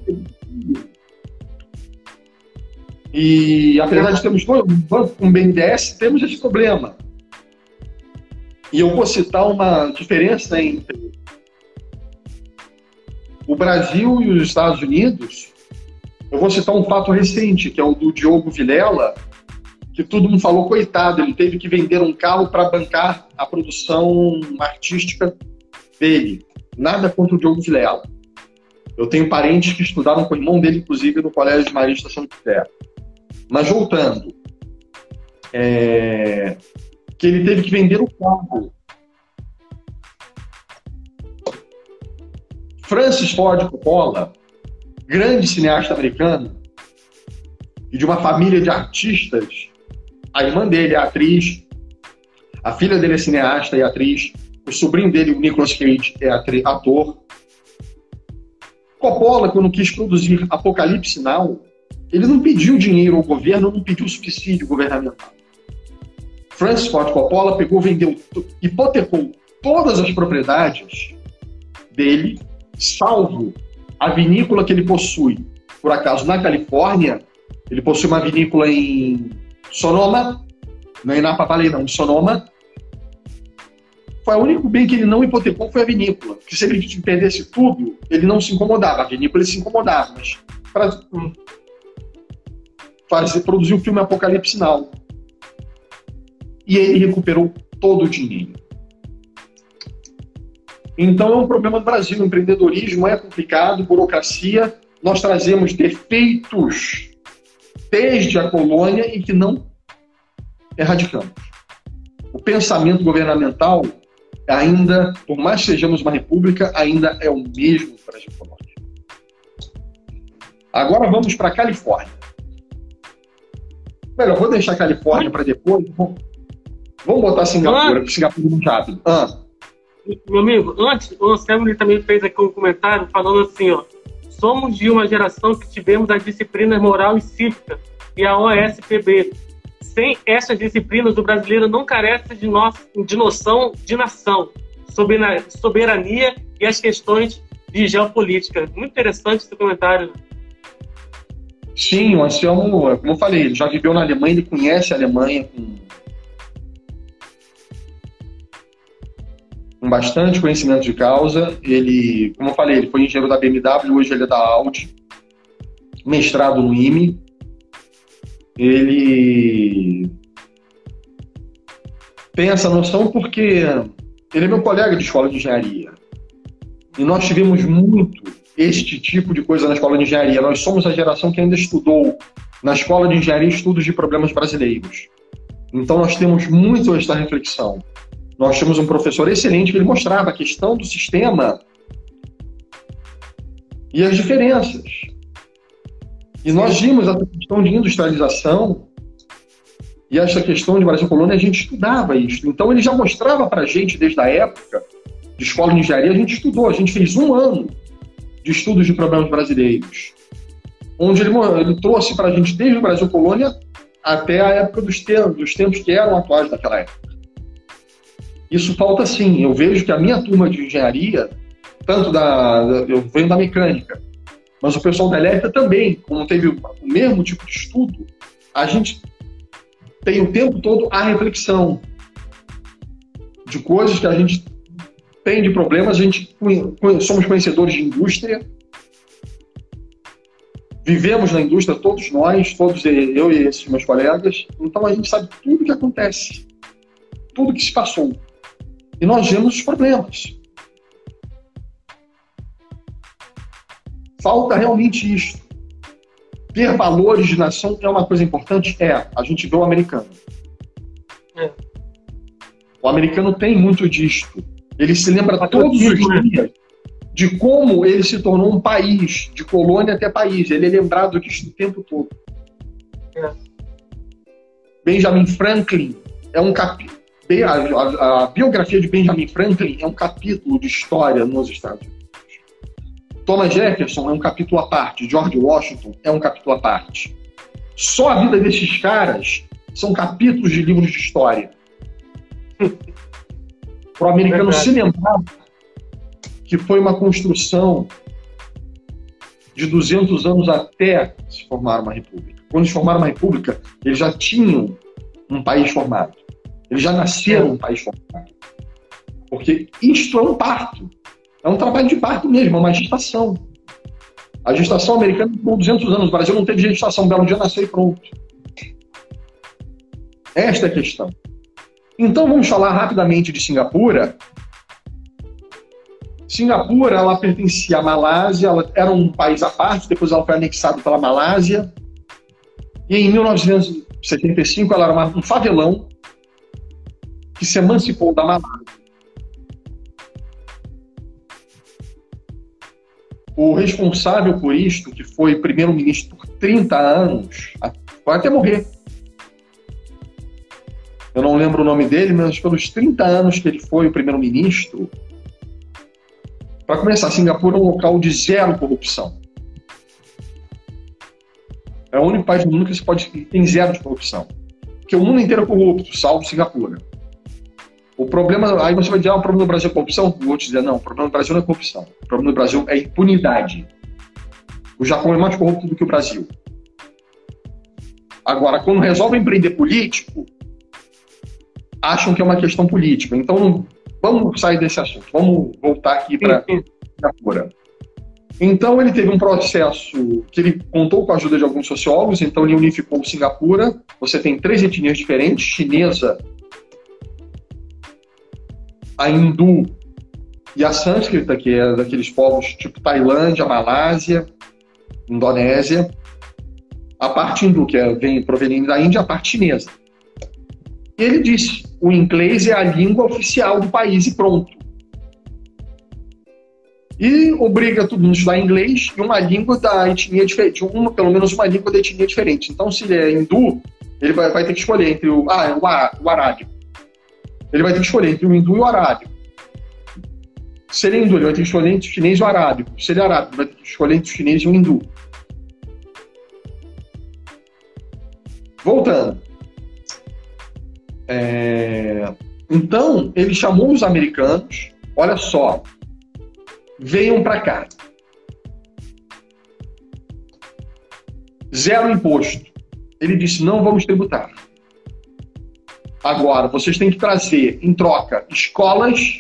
E apesar de termos um banco com BNDES, temos esse problema. E eu vou citar uma diferença entre o Brasil e os Estados Unidos. Eu vou citar um fato recente, que é o do Diogo Vilela, que todo mundo falou, coitado, ele teve que vender um carro para bancar a produção artística dele. Nada contra o Diogo Vilela. Eu tenho parentes que estudaram com o irmão dele, inclusive, no Colégio de Marista São José. Mas voltando, que ele teve que vender o carro. Francis Ford Coppola, grande cineasta americano, e de uma família de artistas. A irmã dele é atriz, a filha dele é cineasta e atriz, o sobrinho dele, o Nicolas Cage, é ator. Coppola, quando quis produzir Apocalipse Now, ele não pediu dinheiro ao governo, não pediu subsídio governamental. Francis Ford Coppola pegou, vendeu, hipotecou todas as propriedades dele, salvo a vinícola que ele possui. Por acaso, na Califórnia, ele possui uma vinícola em Sonoma, não é em Napa Valley, não, em Sonoma. Foi o único bem que ele não hipotecou, foi a vinícola. Porque se ele perdesse tudo, ele não se incomodava. A vinícola ele se incomodava, mas para produzir o filme Apocalipse Now. E ele recuperou todo o dinheiro. Então é um problema do Brasil. O empreendedorismo é complicado, burocracia. Nós trazemos defeitos desde a colônia e que não erradicamos. O pensamento governamental ainda, por mais que sejamos uma república, ainda é o mesmo do Brasil colônia. Agora vamos para a Califórnia. Melhor, vou deixar a Califórnia para depois. Vamos botar Singapura, porque Singapura é muito rápido. Meu amigo, antes, o Anselmo também fez aqui um comentário falando assim, ó, somos de uma geração que tivemos as disciplinas moral e cívica e a OSPB. Sem essas disciplinas, o brasileiro não carece de noção de nação, soberania e as questões de geopolítica. Muito interessante esse comentário. Sim, o Anselmo, como eu falei, ele já viveu na Alemanha, ele conhece a Alemanha com bastante conhecimento de causa. Ele, como eu falei, ele foi engenheiro da BMW, hoje ele é da Audi, mestrado no IME. Ele tem essa noção porque ele é meu colega de escola de engenharia. E nós tivemos muito este tipo de coisa na escola de engenharia. Nós somos a geração que ainda estudou na escola de engenharia estudos de problemas brasileiros. Então nós temos muito esta reflexão. Nós temos um professor excelente que ele mostrava a questão do sistema e as diferenças. E nós vimos essa questão de industrialização e essa questão de Brasil Colônia, a gente estudava isso. Então ele já mostrava para a gente, desde a época de escola de engenharia, a gente estudou, a gente fez 1 ano de estudos de problemas brasileiros. onde ele trouxe para a gente desde o Brasil Colônia até a época dos tempos que eram atuais daquela época. Isso falta sim. Eu vejo que a minha turma de engenharia, eu venho da mecânica, mas o pessoal da elétrica também, como teve o mesmo tipo de estudo, a gente tem o tempo todo a reflexão de coisas que a gente tem de problemas. A gente somos conhecedores de indústria, vivemos na indústria, todos nós, todos eu e esses meus colegas, então a gente sabe tudo o que acontece, tudo que se passou. E nós vemos os problemas. Falta realmente isso. Ter valores de nação é uma coisa importante? É. A gente vê o americano. O americano tem muito disto. Ele se lembra todos os dias de como ele se tornou um país, de colônia até país. Ele é lembrado disso o tempo todo. Benjamin Franklin é um capítulo. A biografia de Benjamin Franklin é um capítulo de história nos Estados Unidos. Thomas Jefferson é um capítulo à parte. George Washington é um capítulo à parte. Só a vida desses caras são capítulos de livros de história. Para o americano se lembrar que foi uma construção de 200 anos até se formar uma república. Quando se formaram uma república, eles já tinham um país formado. Eles já nasceram um país formado. Porque isto é um parto. É um trabalho de parto mesmo, é uma gestação. A gestação americana ficou 200 anos. O Brasil não teve gestação. Um belo dia nasceu e pronto. Esta é a questão. Então vamos falar rapidamente de Singapura. Singapura, ela pertencia à Malásia, ela era um país à parte, depois ela foi anexada pela Malásia. E em 1975 ela era um favelão que se emancipou da Malásia. O responsável por isto, que foi primeiro-ministro por 30 anos, vai até morrer. Eu não lembro o nome dele, mas pelos 30 anos que ele foi o primeiro-ministro, para começar, Singapura é um local de zero corrupção. É o único país do mundo que tem zero de corrupção. Porque o mundo inteiro é corrupto, salvo Singapura. O problema, aí você vai dizer, o problema do Brasil é corrupção? Vou te dizer, não, o problema do Brasil não é corrupção. O problema do Brasil é impunidade. O Japão é mais corrupto do que o Brasil. Agora, quando resolvem prender político, acham que é uma questão política. Então, vamos sair desse assunto. Vamos voltar aqui para Singapura. Então, ele teve um processo que ele contou com a ajuda de alguns sociólogos. Então, ele unificou Singapura. Você tem 3 etnias diferentes: chinesa, a hindu e a sânscrita, que é daqueles povos tipo Tailândia, Malásia, Indonésia. A parte hindu, que vem proveniente da Índia, a parte chinesa. E ele disse, o inglês é a língua oficial do país e pronto. E obriga todo mundo a estudar inglês e uma língua da etnia diferente, pelo menos uma língua da etnia diferente. Então, se ele é hindu, ele vai ter que escolher entre o arábico. Ele vai ter que escolher entre o hindu e o arábico. Se ele é hindu, ele vai ter que escolher entre o chinês e o arábico. Se ele é arábico, ele vai ter que escolher entre o chinês e o hindu. Voltando. Então, ele chamou os americanos, olha só, venham para cá. Zero imposto. Ele disse, não vamos tributar. Agora, vocês têm que trazer, em troca, escolas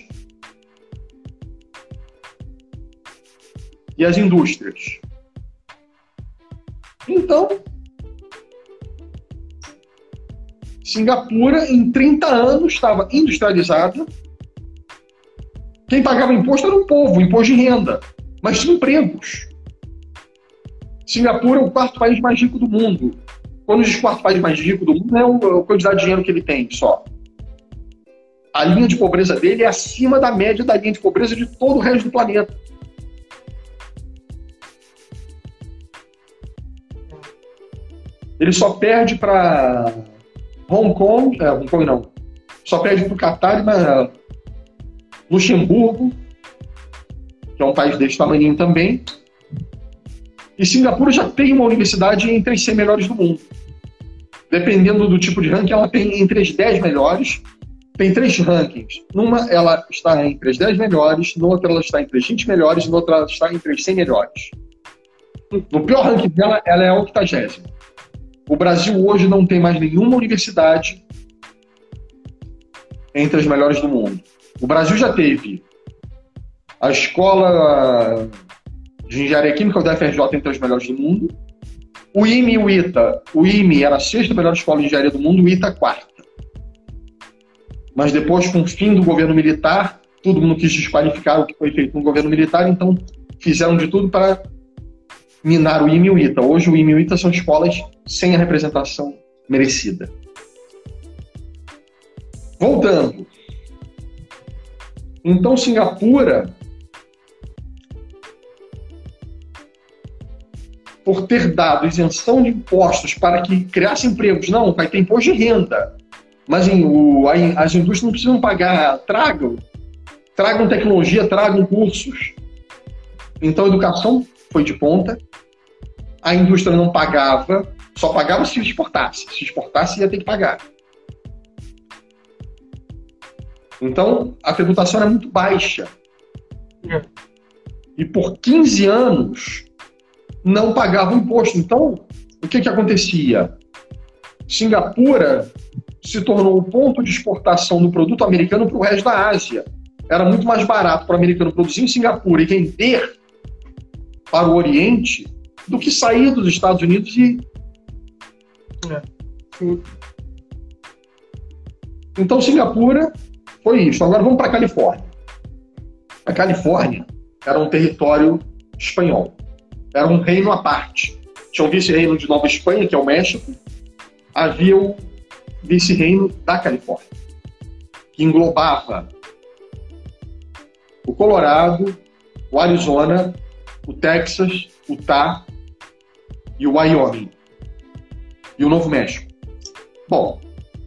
e as indústrias. Então, Singapura, em 30 anos, estava industrializada. Quem pagava imposto era o povo, imposto de renda, mas tinha empregos. Singapura é o 4º país mais rico do mundo. Quando diz 4º país mais rico do mundo, não é a quantidade de dinheiro que ele tem só. A linha de pobreza dele é acima da média da linha de pobreza de todo o resto do planeta. Ele só perde para Hong Kong não. Só perde para o Catar e para Luxemburgo, que é um país desse tamanho também. E Singapura já tem uma universidade entre as 100 melhores do mundo. Dependendo do tipo de ranking, ela tem entre as 10 melhores. Tem 3 rankings. Numa, ela está entre as 10 melhores, no outra, ela está entre as 20 melhores, no outra, ela está entre as 100 melhores. No pior ranking dela, ela é a 80ª. O Brasil hoje não tem mais nenhuma universidade entre as melhores do mundo. O Brasil já teve a Escola de Engenharia Química, o da FRJ, entre as melhores do mundo. O IME e o ITA. O IME era a 6ª melhor escola de engenharia do mundo, o ITA a 4ª. Mas depois, com o fim do governo militar, todo mundo quis desqualificar o que foi feito no governo militar, então fizeram de tudo para minar o IME e o ITA. Hoje o IME e o ITA são escolas sem a representação merecida. Voltando. Então, Singapura, por ter dado isenção de impostos para que criasse empregos, não, vai ter imposto de renda, mas as indústrias não precisam pagar, tragam tecnologia, tragam cursos. Então, a educação foi de ponta, a indústria não pagava, só pagava se exportasse. Se exportasse, ia ter que pagar. Então, a tributação era muito baixa. E por 15 anos, não pagava imposto. Então, o que acontecia? Singapura se tornou o ponto de exportação do produto americano para o resto da Ásia. Era muito mais barato para o americano produzir em Singapura e vender para o Oriente do que sair dos Estados Unidos e... Então, Singapura foi isso. Agora vamos para a Califórnia. A Califórnia era um território espanhol. Era um reino à parte. Tinha o vice-reino de Nova Espanha, que é o México. Havia o vice-reino da Califórnia, que englobava o Colorado, o Arizona, o Texas, o Utah e o Wyoming. E o Novo México. Bom,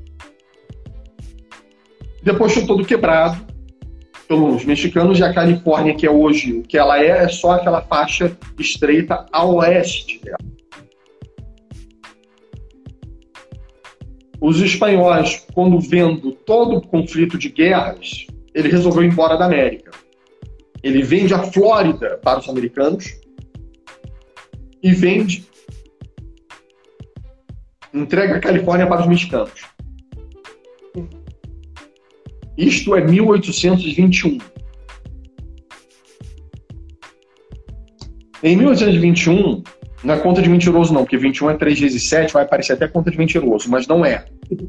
depois foi todo quebrado pelos mexicanos, e a Califórnia, que é hoje o que ela é só aquela faixa estreita a oeste dela. Os espanhóis, quando vendo todo o conflito de guerras, ele resolveu ir embora da América. Ele vende a Flórida para os americanos e entrega a Califórnia para os mexicanos. Isto é 1821. Em 1821, não é conta de mentiroso não, porque 21 é 3 vezes 7, vai parecer até conta de mentiroso, mas não é.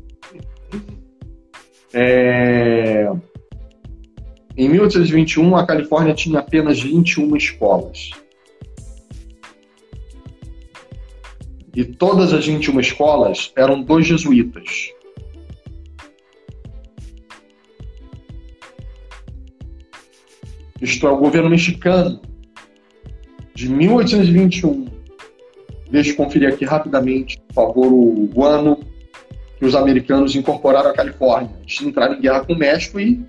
Em 1821, a Califórnia tinha apenas 21 escolas. E todas as 21 escolas eram 2 jesuítas. Isto é, o governo mexicano, de 1821, deixa eu conferir aqui rapidamente, por favor, o ano que os americanos incorporaram a Califórnia. Eles entraram em guerra com o México e...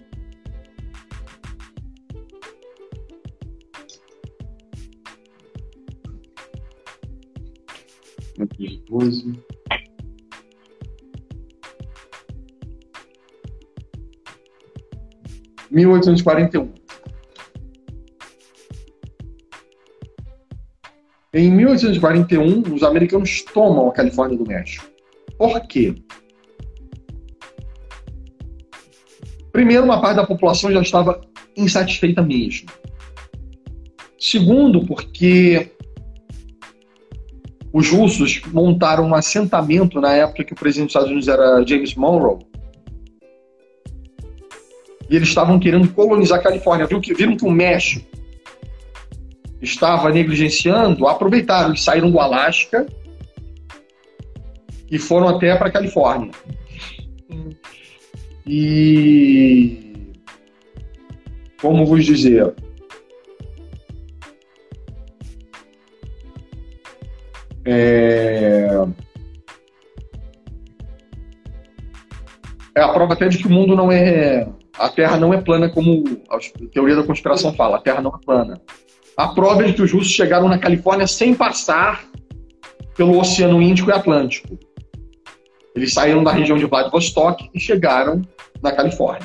(1841). Em 1841, os americanos tomam a Califórnia do México. Por quê? Primeiro, uma parte da população já estava insatisfeita mesmo. Segundo, porque os russos montaram um assentamento na época que o presidente dos Estados Unidos era James Monroe. E eles estavam querendo colonizar a Califórnia. Viram que o México estava negligenciando, aproveitaram e saíram do Alasca e foram até para a Califórnia. E, como vos dizer, é a prova até de que o mundo não é... A Terra não é plana como a teoria da conspiração fala. A Terra não é plana. A prova é de que os russos chegaram na Califórnia sem passar pelo Oceano Índico e Atlântico. Eles saíram da região de Vladivostok e chegaram na Califórnia.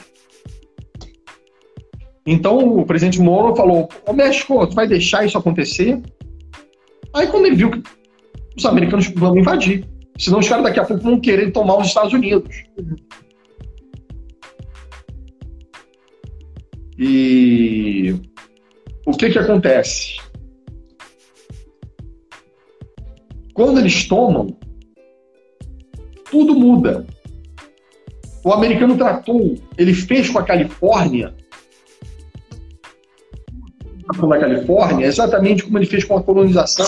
Então o presidente Monroe falou: ô México, tu vai deixar isso acontecer? Aí quando ele viu que os americanos vão invadir, senão os caras daqui a pouco vão querer tomar os Estados Unidos. E o que acontece? Quando eles tomam, tudo muda. O americano tratou, ele fez com a Califórnia, exatamente como ele fez com a colonização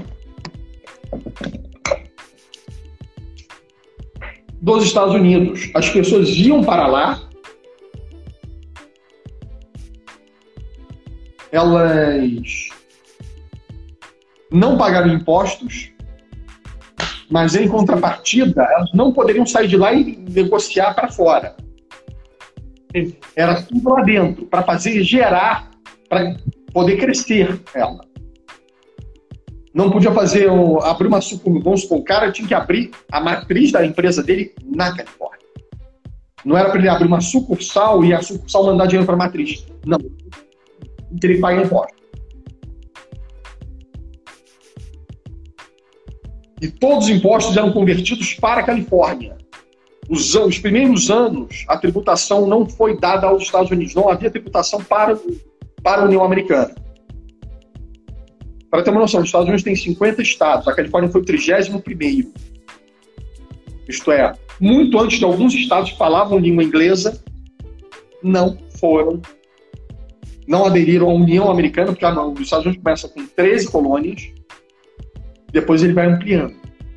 dos Estados Unidos. As pessoas iam para lá, elas não pagaram impostos, mas em contrapartida, elas não poderiam sair de lá e negociar para fora. Era tudo lá dentro, para fazer gerar, para poder crescer ela. Não podia abrir uma sucursal. Vamos supor, o cara tinha que abrir a matriz da empresa dele na Califórnia. Não era para ele abrir uma sucursal e a sucursal mandar dinheiro para a matriz. Não. Ele teria que pagar imposto. E todos os impostos eram convertidos para a Califórnia. Os primeiros anos, a tributação não foi dada aos Estados Unidos. Não havia tributação para a União Americana. Para ter uma noção, os Estados Unidos têm 50 estados. A Califórnia foi o 31º. Isto é, muito antes de alguns estados que falavam língua inglesa, não aderiram à União Americana, porque os Estados Unidos começa com 13 colônias, depois ele vai ampliando.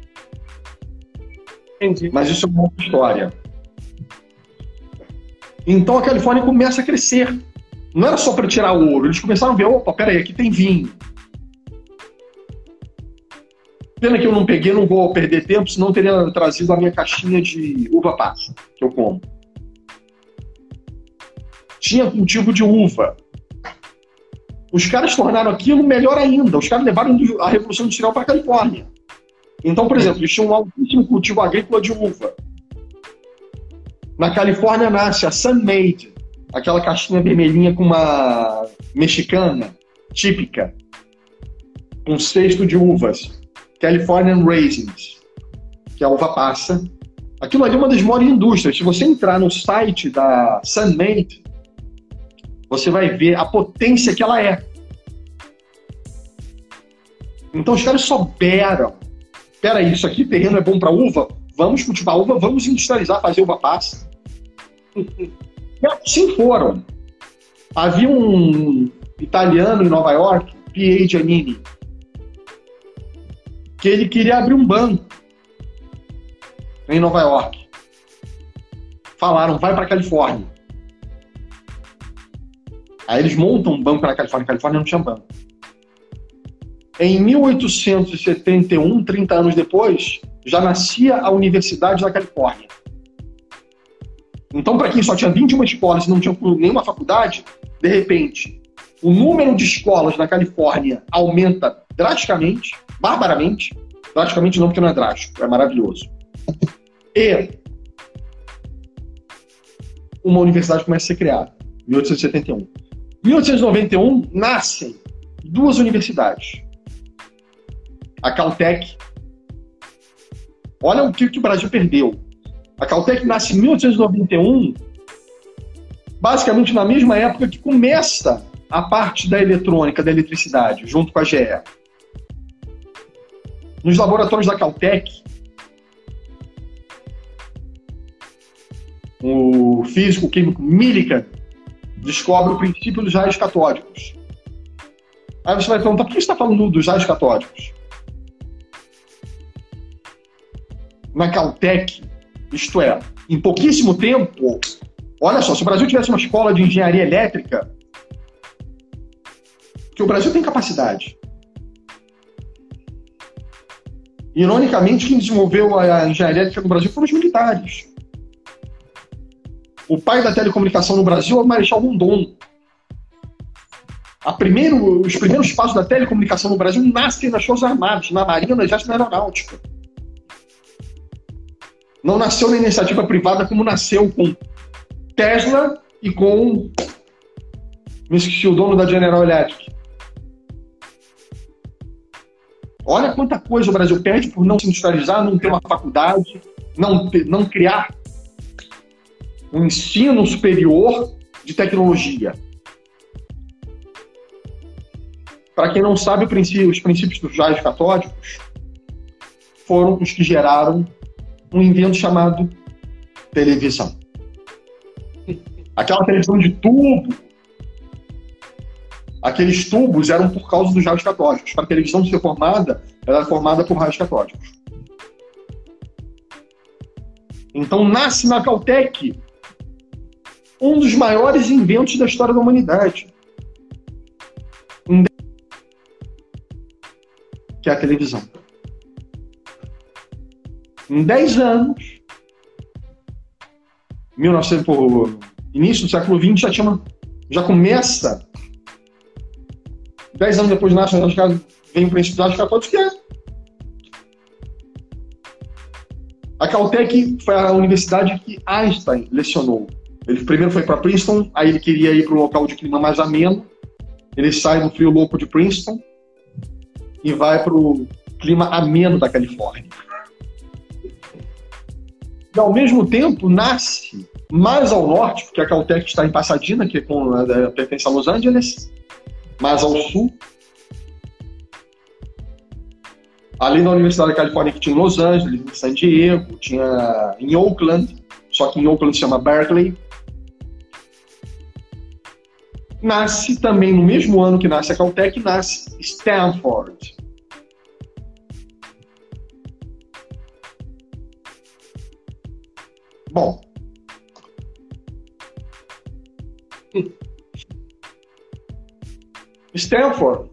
Entendi. Mas isso é uma outra história. Então a Califórnia começa a crescer. Não era só para tirar o ouro, eles começaram a ver, opa, peraí, aqui tem vinho. Pena que eu não peguei, não vou perder tempo, senão eu teria trazido a minha caixinha de uva passa, que eu como. Tinha cultivo de uva. Os caras tornaram aquilo melhor ainda. Os caras levaram a Revolução Industrial para a Califórnia. Então, por exemplo, eles tinham um altíssimo cultivo agrícola de uva. Na Califórnia nasce a Sun-Maid, aquela caixinha vermelhinha com uma mexicana típica, um cesto de uvas. Californian Raisins, que é a uva passa. Aquilo ali é uma das maiores indústrias. Se você entrar no site da Sun-Maid, você vai ver a potência que ela é. Então os caras souberam. Peraí, isso aqui, terreno é bom para uva? Vamos cultivar uva, vamos industrializar, fazer uva passa. E assim foram. Havia um italiano em Nova York, P.A. Giannini, que ele queria abrir um banco em Nova York. Falaram, vai para a Califórnia. Aí eles montam um banco na Califórnia. A Califórnia não tinha banco. Em 1871, 30 anos depois, já nascia a Universidade da Califórnia. Então, para quem só tinha 21 escolas e não tinha nenhuma faculdade, de repente, o número de escolas na Califórnia aumenta drasticamente, barbaramente. Drasticamente não, porque não é drástico, é maravilhoso. E uma universidade começa a ser criada, em 1871. Em 1891, nascem duas universidades. A Caltech. Olha o que o Brasil perdeu. A Caltech nasce em 1891, basicamente na mesma época que começa a parte da eletrônica, da eletricidade, junto com a GE. Nos laboratórios da Caltech, o físico químico Millikan descobre o princípio dos raios catódicos. Aí você vai perguntar, por que você está falando dos raios catódicos? Na Caltech, isto é, em pouquíssimo tempo, olha só, se o Brasil tivesse uma escola de engenharia elétrica, que o Brasil tem capacidade. Ironicamente, quem desenvolveu a engenharia elétrica no Brasil foram os militares. O pai da telecomunicação no Brasil é o Marechal Rondon. Os primeiros passos da telecomunicação no Brasil nascem nas Forças Armadas, na Marinha, no Exército e na Aeronáutica. Não nasceu na iniciativa privada como nasceu com Tesla e com... me esqueci, o dono da General Electric. Olha quanta coisa o Brasil perde por não se industrializar, não ter uma faculdade, não criar um ensino superior de tecnologia. Para quem não sabe, os princípios dos raios catódicos foram os que geraram um invento chamado televisão. Aquela televisão de tubo, aqueles tubos eram por causa dos raios catódicos. Para a televisão ser formada, ela era formada por raios catódicos. Então nasce na Caltech um dos maiores inventos da história da humanidade, que é a televisão. Em 10 anos, início do século XX, já começa. 10 anos depois nasce, vem o princípio dos raios catódicos, que é. A Caltech foi a universidade que Einstein lecionou. Ele primeiro foi para Princeton, aí ele queria ir para um local de clima mais ameno. Ele sai do frio louco de Princeton e vai para o clima ameno da Califórnia. E, ao mesmo tempo, nasce mais ao norte, porque a Caltech está em Pasadena, que pertence a Los Angeles, mais ao sul. Ali na Universidade da Califórnia, que tinha em Los Angeles, em San Diego, tinha em Oakland, só que em Oakland se chama Berkeley. Nasce também, no mesmo ano que nasce a Caltech, nasce Stanford. Bom, Stanford,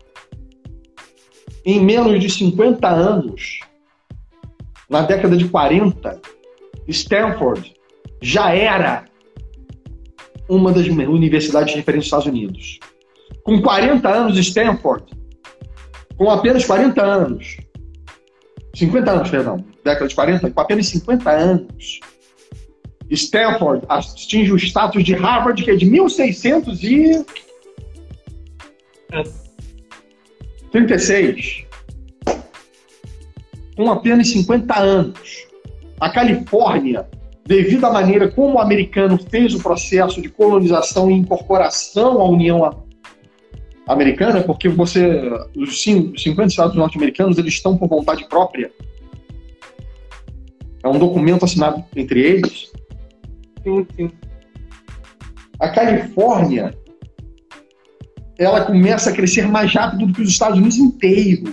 em menos de 50 anos, na década de 40, Stanford já era uma das universidades de referência dos Estados Unidos. Com 40 anos, Stanford, com apenas 40 anos, 50 anos, perdão, década de 40, com apenas 50 anos, Stanford atinge o status de Harvard, que é de 1636. Com apenas 50 anos. A Califórnia, devido à maneira como o americano fez o processo de colonização e incorporação à União Americana, porque os 50 estados norte-americanos, eles estão por vontade própria. É um documento assinado entre eles. Sim. A Califórnia, ela começa a crescer mais rápido do que os Estados Unidos inteiro.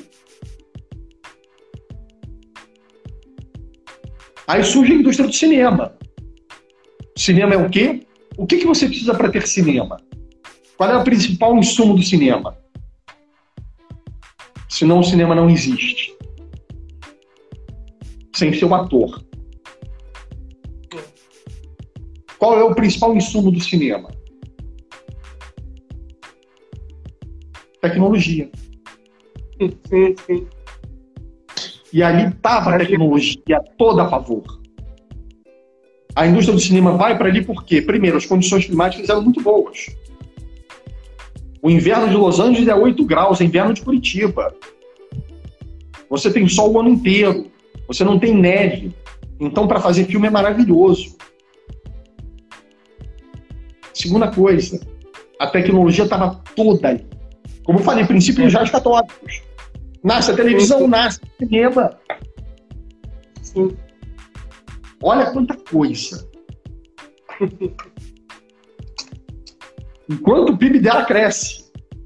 Aí surge a indústria do cinema. Cinema é o quê? O que você precisa para ter cinema? Qual é o principal insumo do cinema? Senão o cinema não existe. Sem ser o ator. Qual é o principal insumo do cinema? Tecnologia. Sim. E ali estava a tecnologia toda a favor. A indústria do cinema vai para ali porque, primeiro, as condições climáticas eram muito boas. O inverno de Los Angeles é 8 graus, é inverno de Curitiba. Você tem sol o ano inteiro. Você não tem neve. Então, para fazer filme é maravilhoso. Segunda coisa, a tecnologia estava toda ali. Como eu falei, princípio dos raios catódicos. Nasce a televisão, nasce o cinema. Sim. Olha quanta coisa. Enquanto o PIB dela cresce.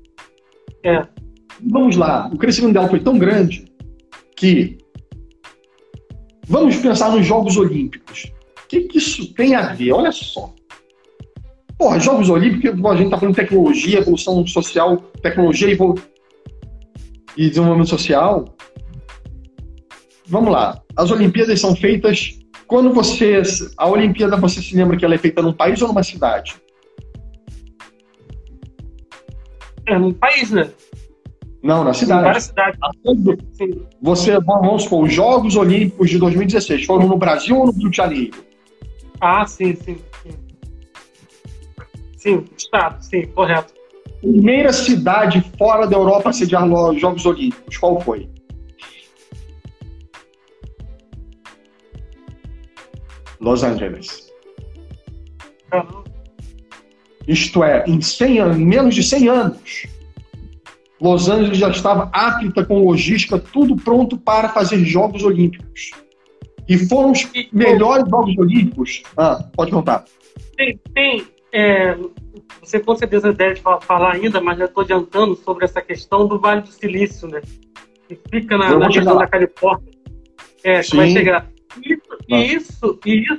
Vamos lá, o crescimento dela foi tão grande que... Vamos pensar nos Jogos Olímpicos. O que isso tem a ver? Olha só. Porra, Jogos Olímpicos, a gente está falando de tecnologia, evolução social, tecnologia e desenvolvimento social. Vamos lá. As Olimpíadas são feitas... Quando a Olimpíada, você se lembra que ela é feita num país ou numa cidade? É no país, né? Não, na Em cidade. várias cidades. Sim. Vamos supor, os Jogos Olímpicos de 2016 foram no Brasil ou no Rio de Janeiro? Ah, sim. Sim, estado, sim, correto. Primeira cidade fora da Europa a sediar os Jogos Olímpicos, qual foi? Los Angeles. Uhum. Isto é, em menos de 100 anos, Los Angeles já estava apta com logística, tudo pronto para fazer Jogos Olímpicos. E foram os melhores Jogos Olímpicos. Pode contar. Você com certeza deve falar ainda, mas já estou adiantando sobre essa questão do Vale do Silício, né? Que fica na região da Califórnia. Que vai chegar. Isso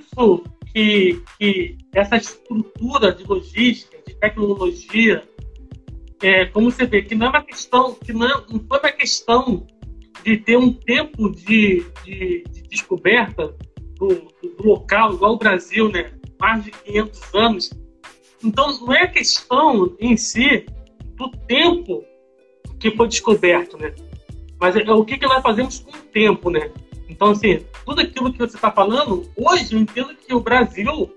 que essa estrutura de logística, de tecnologia, como você vê, que não é uma questão, que não foi uma questão de ter um tempo de descoberta do local, igual o Brasil, né? Mais de 500 anos. Então, não é a questão em si do tempo que foi descoberto, né? Mas é o que nós fazemos com o tempo, né? Então, assim, tudo aquilo que você está falando, hoje eu entendo que o Brasil,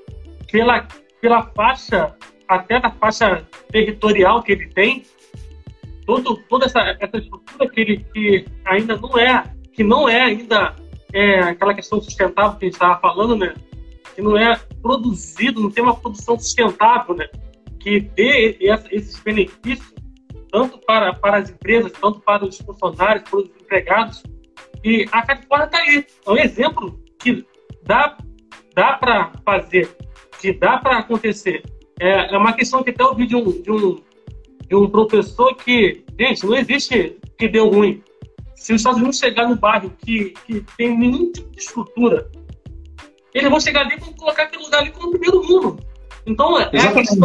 pela faixa, até da faixa territorial que ele tem, toda essa estrutura que ainda não é ainda aquela questão sustentável que a gente estava falando, né? Que não é produzido, não tem uma produção sustentável, né? Que dê esses benefícios tanto para as empresas, tanto para os funcionários, para os empregados. E a Califórnia está aí. É um exemplo que dá para fazer, que dá para acontecer. É uma questão que até eu ouvi de um professor que, gente, não existe que deu ruim. Se os Estados Unidos chegar no bairro que tem nenhum tipo de estrutura, eles vão chegar ali e vão colocar aquele lugar ali como primeiro mundo. Então, é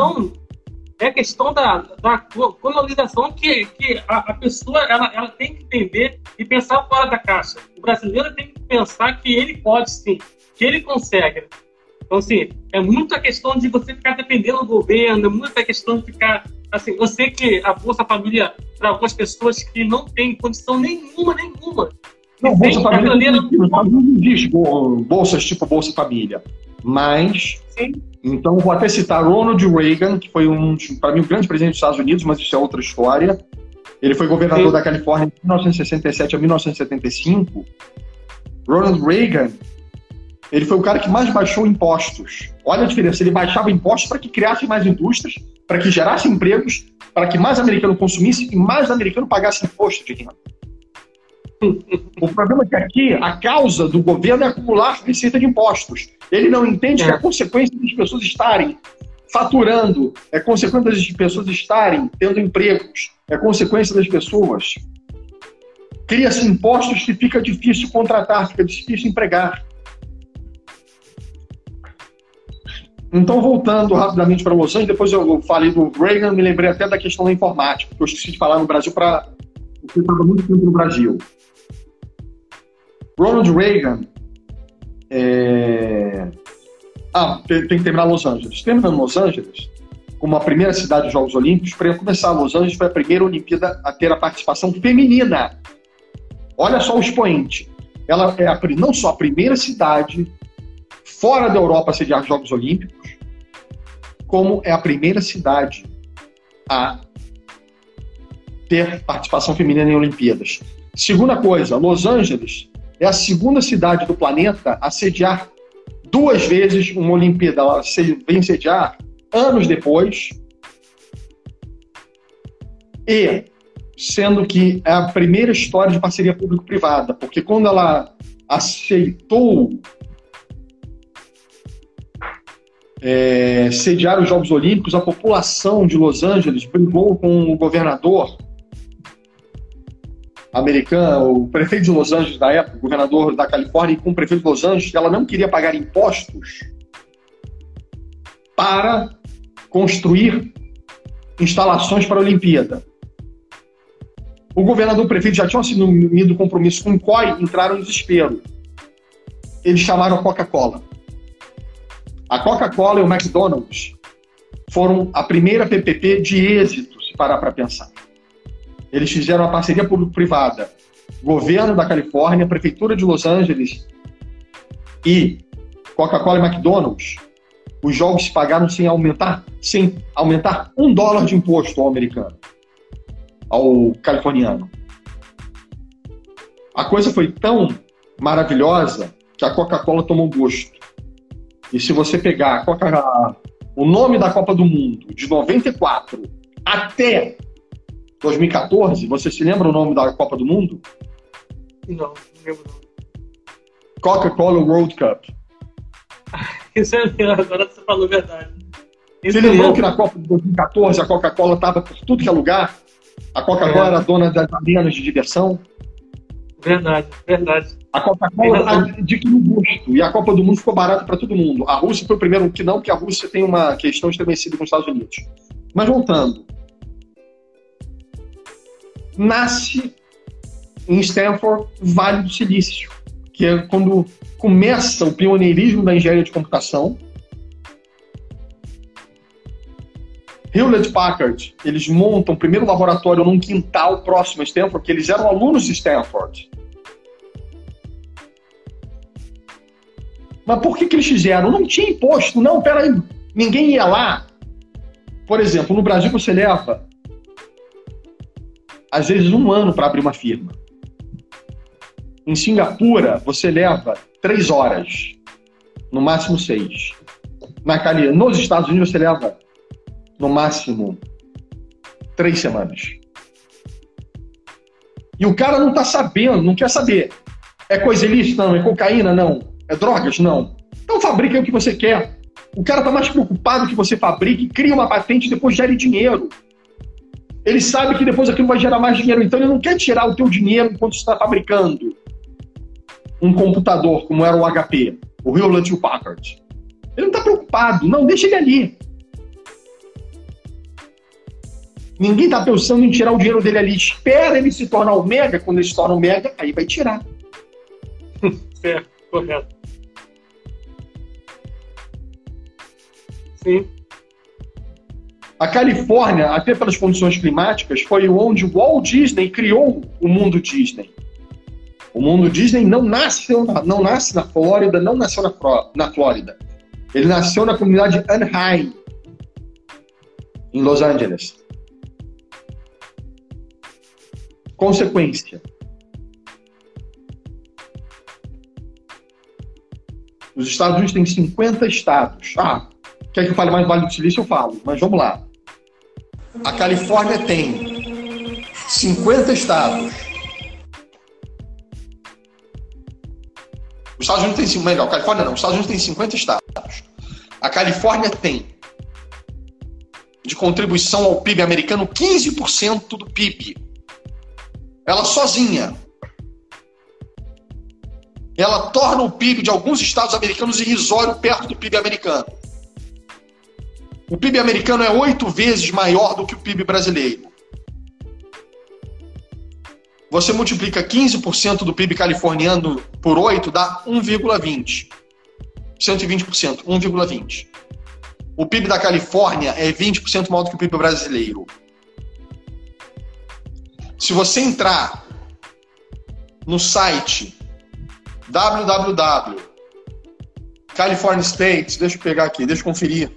a questão da colonização que a pessoa ela tem que entender e pensar fora da caixa. O brasileiro tem que pensar que ele pode sim, que ele consegue. Então, assim, é muita questão de você ficar dependendo do governo, é muita questão de ficar... Assim, eu sei que a Bolsa Família, para algumas pessoas que não têm condição nenhuma. Não, Bolsa Família não existe bolsas tipo Bolsa Família. Mas, sim. Então, vou até citar Ronald Reagan, que foi para mim, um grande presidente dos Estados Unidos, mas isso é outra história. Ele foi governador da Califórnia de 1967 a 1975. Ronald Reagan, ele foi o cara que mais baixou impostos. Olha a diferença, ele baixava impostos para que criasse mais indústrias, para que gerasse empregos, para que mais americano consumisse e mais americano pagasse imposto de renda. O problema é que aqui a causa do governo é acumular receita de impostos. Ele não entende que a consequência das pessoas estarem faturando, é consequência das pessoas estarem tendo empregos, é consequência das pessoas. Cria-se impostos que fica difícil contratar, fica difícil empregar. Então, voltando rapidamente para Los Angeles, depois eu falei do Reagan, me lembrei até da questão da informática, que eu esqueci de falar no Brasil, porque eu estava muito tempo no Brasil. Ronald Reagan tem que terminar Los Angeles. Terminando Los Angeles, como a primeira cidade dos Jogos Olímpicos, para começar, Los Angeles foi a primeira Olimpíada a ter a participação feminina. Olha só o expoente. Ela é não só a primeira cidade fora da Europa a sediar os Jogos Olímpicos, como é a primeira cidade a ter participação feminina em Olimpíadas. Segunda coisa, Los Angeles é a segunda cidade do planeta a sediar 2 vezes uma Olimpíada. Ela vem sediar anos depois, e sendo que é a primeira história de parceria público-privada, porque quando ela aceitou sediar os Jogos Olímpicos, a população de Los Angeles brigou com o governador americano, o prefeito de Los Angeles da época, o governador da Califórnia, e com o prefeito de Los Angeles, que ela não queria pagar impostos para construir instalações para a Olimpíada. O governador e o prefeito já tinham assumido compromisso com o COI, entraram em desespero. Eles chamaram a Coca-Cola. A Coca-Cola e o McDonald's foram a primeira PPP de êxito. parar para pensar. Eles fizeram uma parceria público-privada. Governo da Califórnia, Prefeitura de Los Angeles e Coca-Cola e McDonald's. Os jogos se pagaram sem aumentar $1 de imposto ao americano, ao californiano. A coisa foi tão maravilhosa que a Coca-Cola tomou gosto. E se você pegar o nome da Copa do Mundo de 94 até 2014, você se lembra o nome da Copa do Mundo? Não lembro não. Coca-Cola World Cup. Isso é mesmo, agora você falou a verdade. Você lembrou que na Copa de 2014 a Coca-Cola estava por tudo que é lugar? A Coca-Cola era dona das arenas de diversão? Verdade. A Coca-Cola adquiriu gosto e a Copa do Mundo ficou barata para todo mundo. A Rússia foi o primeiro que não, porque a Rússia tem uma questão estremecida com os Estados Unidos. Mas voltando. Nasce em Stanford Vale do Silício, que é quando começa o pioneirismo da engenharia de computação. Hewlett-Packard, eles montam o primeiro laboratório num quintal próximo a Stanford, porque eles eram alunos de Stanford. Mas por que eles fizeram? Não tinha imposto. Não, peraí. Ninguém ia lá. Por exemplo, no Brasil você leva, às vezes, 1 ano para abrir uma firma. Em Singapura, você leva 3 horas. No máximo 6. Nos Estados Unidos, você leva no máximo 3 semanas. E o cara não está sabendo, não quer saber. É coisa ilícita? Não. É cocaína? Não. É drogas? Não. Então fabrica o que você quer. O cara está mais preocupado que você fabrique, cria uma patente e depois gere dinheiro. Ele sabe que depois aquilo vai gerar mais dinheiro, então ele não quer tirar o teu dinheiro enquanto você está fabricando um computador, como era o HP, o Hewlett-Packard. Ele não está preocupado. Não, deixa ele ali. Ninguém está pensando em tirar o dinheiro dele ali. Espera ele se tornar o mega. Quando ele se torna o mega, aí vai tirar. Certo, correto. Sim. A Califórnia, até pelas condições climáticas, foi onde o Walt Disney criou o mundo Disney. O mundo Disney não nasce na Flórida, não nasceu na Flórida. Ele nasceu na comunidade Anaheim, em Los Angeles. Consequência. Os Estados Unidos têm 50 estados. Quer que eu fale mais do Vale do Silício? Eu falo, mas vamos lá. A Califórnia tem 50 estados. Os Estados Unidos têm... Melhor, a Califórnia não. Os Estados Unidos têm 50 estados. A Califórnia tem de contribuição ao PIB americano 15% do PIB. Ela sozinha. Ela torna o PIB de alguns estados americanos irrisório perto do PIB americano. O PIB americano é 8 vezes maior do que o PIB brasileiro. Você multiplica 15% do PIB californiano por 8, dá 1,20. 120%, 1,20. O PIB da Califórnia é 20% maior do que o PIB brasileiro. Se você entrar no site www.California States, deixa eu pegar aqui, deixa eu conferir.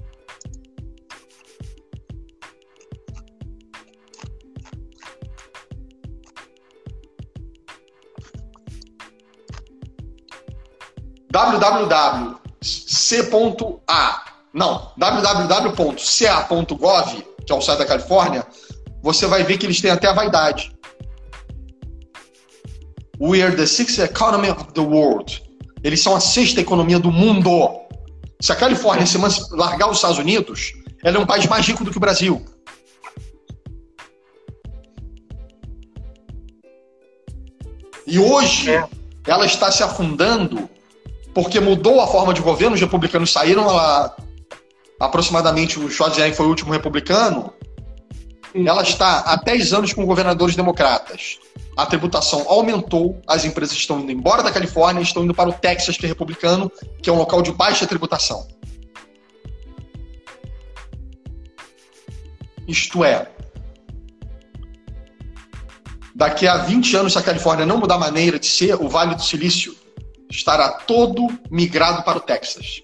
www.ca.gov, que é o site da Califórnia, você vai ver que eles têm até a vaidade. We are the sixth economy of the world. Eles são a 6ª economia do mundo. Se a Califórnia se largar os Estados Unidos, ela é um país mais rico do que o Brasil. E hoje, ela está se afundando porque mudou a forma de governo. Os republicanos saíram, aproximadamente o Schwarzenegger foi o último republicano. Ela está há 10 anos com governadores democratas. A tributação aumentou, as empresas estão indo embora da Califórnia, estão indo para o Texas, que é republicano, que é um local de baixa tributação. Isto é, daqui a 20 anos, se a Califórnia não mudar a maneira de ser, o Vale do Silício estará todo migrado para o Texas.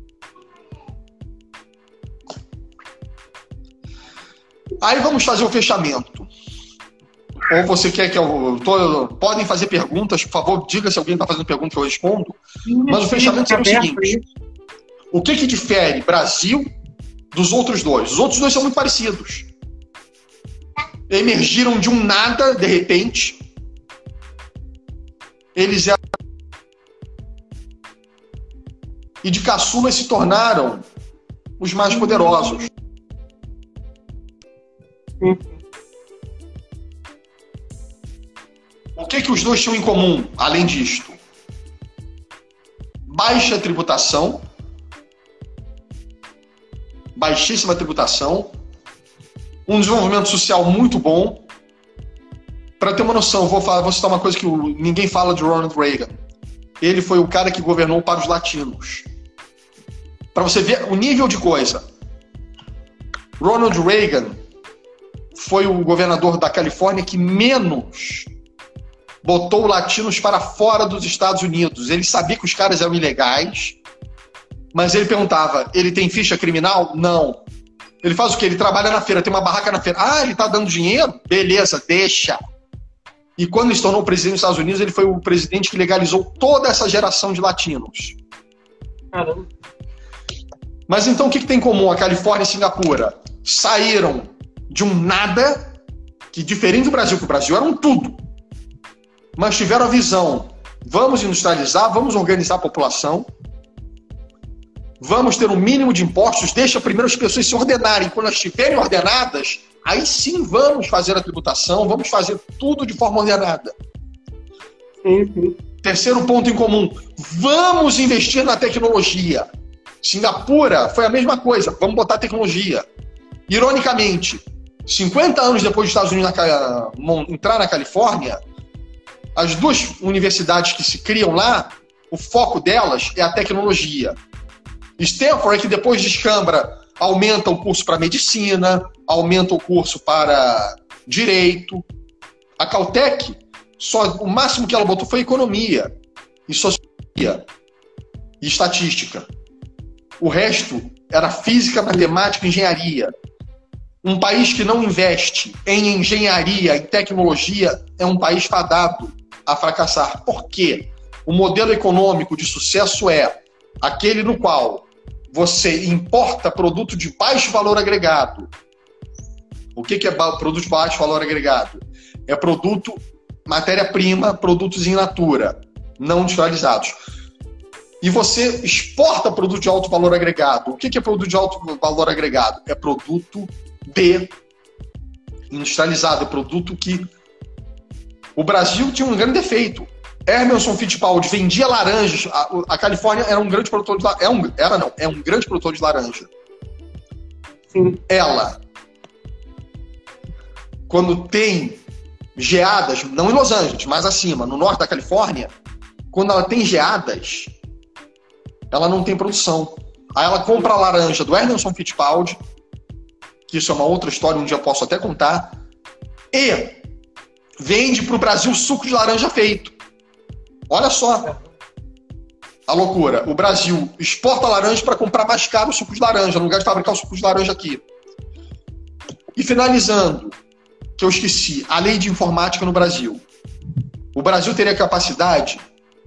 Aí vamos fazer o fechamento. Ou você quer que eu... Podem fazer perguntas, por favor, diga se alguém está fazendo pergunta que eu respondo. Mas o fechamento seria o seguinte. O que difere Brasil dos outros dois? Os outros dois são muito parecidos. Emergiram de um nada, de repente. Eles eram... E de caçulas se tornaram os mais poderosos. O que os dois tinham em comum, além disto? Baixa tributação, baixíssima tributação, um desenvolvimento social muito bom. Para ter uma noção, vou citar uma coisa que ninguém fala de Ronald Reagan. Ele foi o cara que governou para os latinos. Para você ver o nível de coisa. Ronald Reagan foi o governador da Califórnia que menos botou latinos para fora dos Estados Unidos. Ele sabia que os caras eram ilegais, mas ele perguntava, ele tem ficha criminal? Não. Ele faz o quê? Ele trabalha na feira, tem uma barraca na feira. Ah, ele tá dando dinheiro? Beleza, deixa. E quando ele se tornou presidente dos Estados Unidos, ele foi o presidente que legalizou toda essa geração de latinos. Caramba. Mas então o que tem em comum a Califórnia e Singapura? Saíram de um nada, que diferente do Brasil, que o Brasil era um tudo. Mas tiveram a visão, vamos industrializar, vamos organizar a população, vamos ter um mínimo de impostos, deixa primeiro as pessoas se ordenarem. Quando elas estiverem ordenadas, aí sim vamos fazer a tributação, vamos fazer tudo de forma ordenada. Uhum. Terceiro ponto em comum, vamos investir na tecnologia. Singapura foi a mesma coisa, vamos botar tecnologia. Ironicamente, 50 anos depois dos Estados Unidos entrar na Califórnia, as duas universidades que se criam lá, o foco delas é a tecnologia. Stanford é que depois descambra, aumenta o curso para medicina, aumenta o curso para direito. A Caltech, o máximo que ela botou foi economia, e sociologia, e estatística. O resto era física, matemática e engenharia. Um país que não investe em engenharia e tecnologia é um país fadado a fracassar. Por quê? O modelo econômico de sucesso é aquele no qual você importa produto de baixo valor agregado. O que é produto de baixo valor agregado? É produto, matéria-prima, produtos in natura, não industrializados. E você exporta produto de alto valor agregado. O que é produto de alto valor agregado? É produto industrializado, é produto que... O Brasil tinha um grande defeito. Emerson Fittipaldi vendia laranjas. A Califórnia era um grande produtor de laranja. É um grande produtor de laranja. Sim. Ela, quando tem geadas, não em Los Angeles, mas acima, no norte da Califórnia, quando ela tem geadas, ela não tem produção. Aí ela compra a laranja do Emerson Fittipaldi, que isso é uma outra história, um dia eu posso até contar, e vende para o Brasil suco de laranja feito. Olha só a loucura. O Brasil exporta laranja para comprar mais caro o suco de laranja, no lugar de fabricar o suco de laranja aqui. E finalizando, que eu esqueci, a lei de informática no Brasil. O Brasil teria capacidade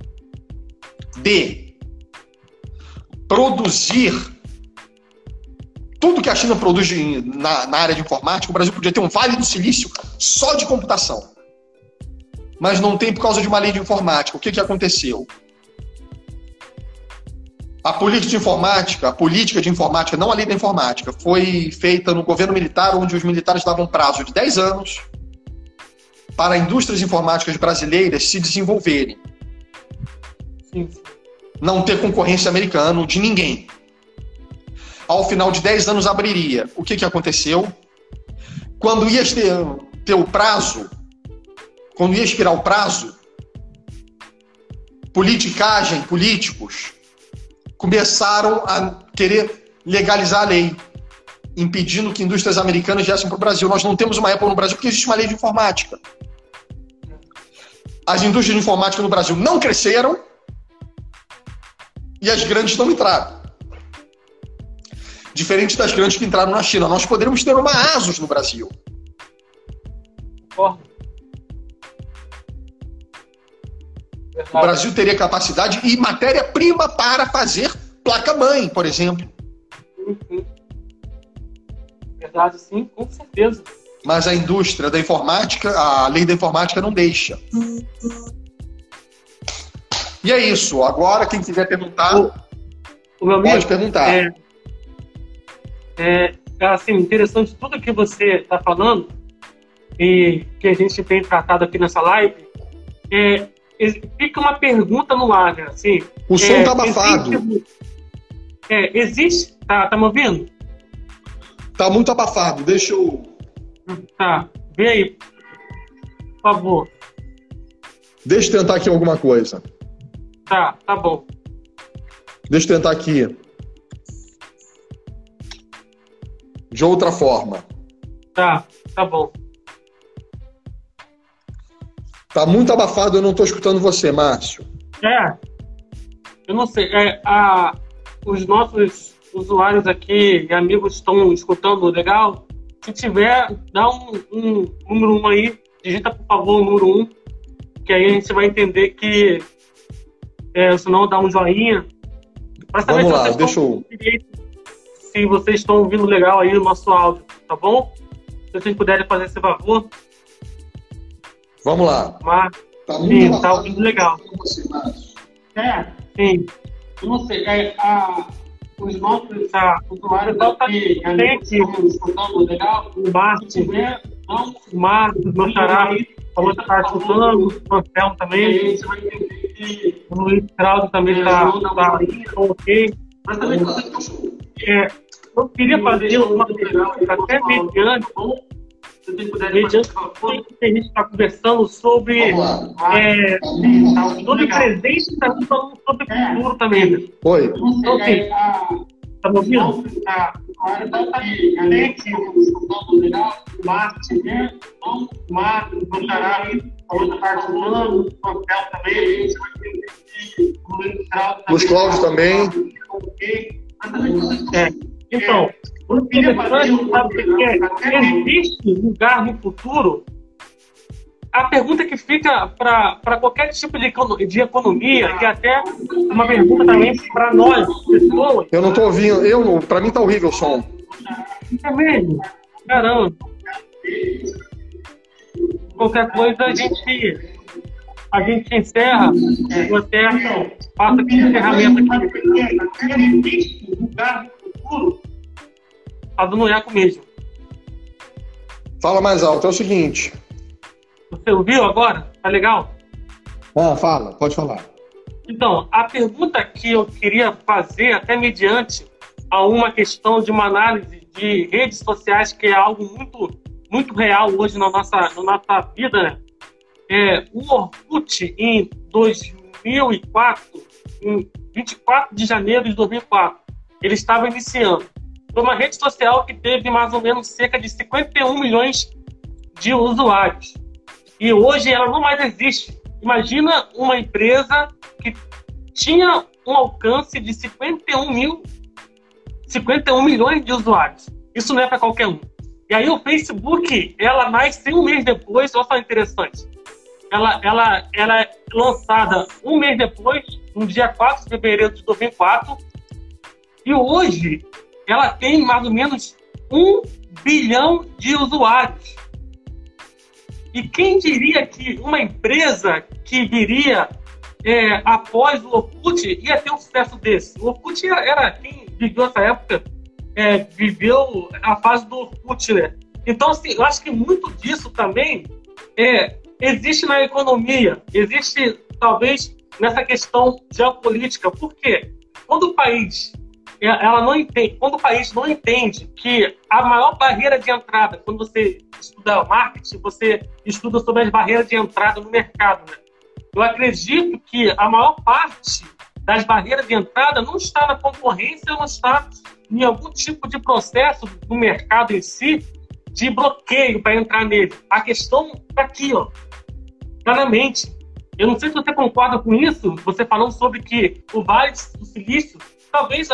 de produzir tudo que a China produz na área de informática. O Brasil podia ter um Vale do Silício só de computação. Mas não tem por causa de uma lei de informática. O que aconteceu? A política de informática, não a lei da informática, foi feita no governo militar, onde os militares davam prazo de 10 anos para indústrias informáticas brasileiras se desenvolverem. Sim. Não ter concorrência americana de ninguém. Ao final de 10 anos abriria. O que aconteceu? Quando ia ter o prazo, quando ia expirar o prazo, políticos começaram a querer legalizar a lei, impedindo que indústrias americanas viessem para o Brasil. Nós não temos uma Apple no Brasil porque existe uma lei de informática. as indústrias de informática no Brasil não cresceram e as grandes não entraram. Diferente das grandes que entraram na China. Nós poderíamos ter uma ASUS no Brasil. Concordo. O Brasil teria capacidade e matéria-prima para fazer placa-mãe, por exemplo. Verdade, sim, com certeza. Mas a indústria da informática, a lei da informática não deixa. E é isso. Agora, quem quiser perguntar, o meu amigo, pode perguntar. Assim, interessante tudo que você está falando e que a gente tem tratado aqui nessa live. Fica uma pergunta no ar, né? Assim, o som está abafado. Existe... Tá me ouvindo? Tá muito abafado. Deixa eu... Tá. Vê aí. Por favor. Deixa eu tentar aqui alguma coisa. Tá bom. Deixa eu tentar aqui. De outra forma. Tá bom. Tá muito abafado, eu não tô escutando você, Márcio. Eu não sei. Os nossos usuários aqui e amigos estão escutando legal? Se tiver, dá um número 1 aí. Digita, por favor, o número 1. Que aí a gente vai entender que... senão dá um joinha. Pra saber Vamos lá, se vocês estão ouvindo legal aí o nosso áudio, tá bom? Se vocês puderem fazer esse favor. Vamos lá. Mas, tá muito sim, tá ouvindo legal. Sim. Eu não sei. Os nossos usuários aqui, estão escutando legal. O Márcio, meu xará, falou que está escutando. O Anselmo também. O Luiz Claudio também está ok. Mas também eu queria fazer uma pergunta até mediante que a gente está conversando sobre presente e está falando sobre futuro também. Oi. Então, assim, tá me ouvindo? Márcio, Luiz Cláudio também. Então, o interessante, sabe o que é? Existe lugar no futuro? A pergunta que fica para qualquer tipo de economia, e até uma pergunta também para nós, pessoas. Eu não estou ouvindo, para mim está horrível o som. É mesmo? Caramba. Qualquer coisa a gente encerra, eu até faço aqui o encerramento aqui. Existe lugar no futuro? Tá dando eco mesmo. Fala mais alto, é o seguinte. Você ouviu agora? Tá legal? Fala, pode falar. Então, a pergunta que eu queria fazer, até mediante a uma questão de uma análise de redes sociais, que é algo muito, muito real hoje na nossa vida, né? O Orkut, em 2004, em 24 de janeiro de 2004, ele estava iniciando. Foi uma rede social que teve mais ou menos cerca de 51 milhões de usuários. E hoje ela não mais existe. Imagina uma empresa que tinha um alcance de 51 milhões de usuários. Isso não é para qualquer um. E aí o Facebook, ela nasce um mês depois, olha só interessante. Ela é lançada um mês depois, no dia 4 de fevereiro de 2004, e hoje ela tem mais ou menos 1 bilhão de usuários. E quem diria que uma empresa que viria após o Orkut ia ter um sucesso desse? O Orkut era quem viveu essa época, viveu a fase do Orkut, né? Então, assim, eu acho que muito disso também existe na economia, existe talvez nessa questão geopolítica. Por quê? Quando o país não entende que a maior barreira de entrada, quando você estuda marketing, você estuda sobre as barreiras de entrada no mercado, né? Eu acredito que a maior parte das barreiras de entrada não está na concorrência, não está em algum tipo de processo do mercado em si de bloqueio para entrar nele. A questão está aqui, ó, está na mente. Eu não sei se você concorda com isso, você falando sobre que o Vale do Silício, talvez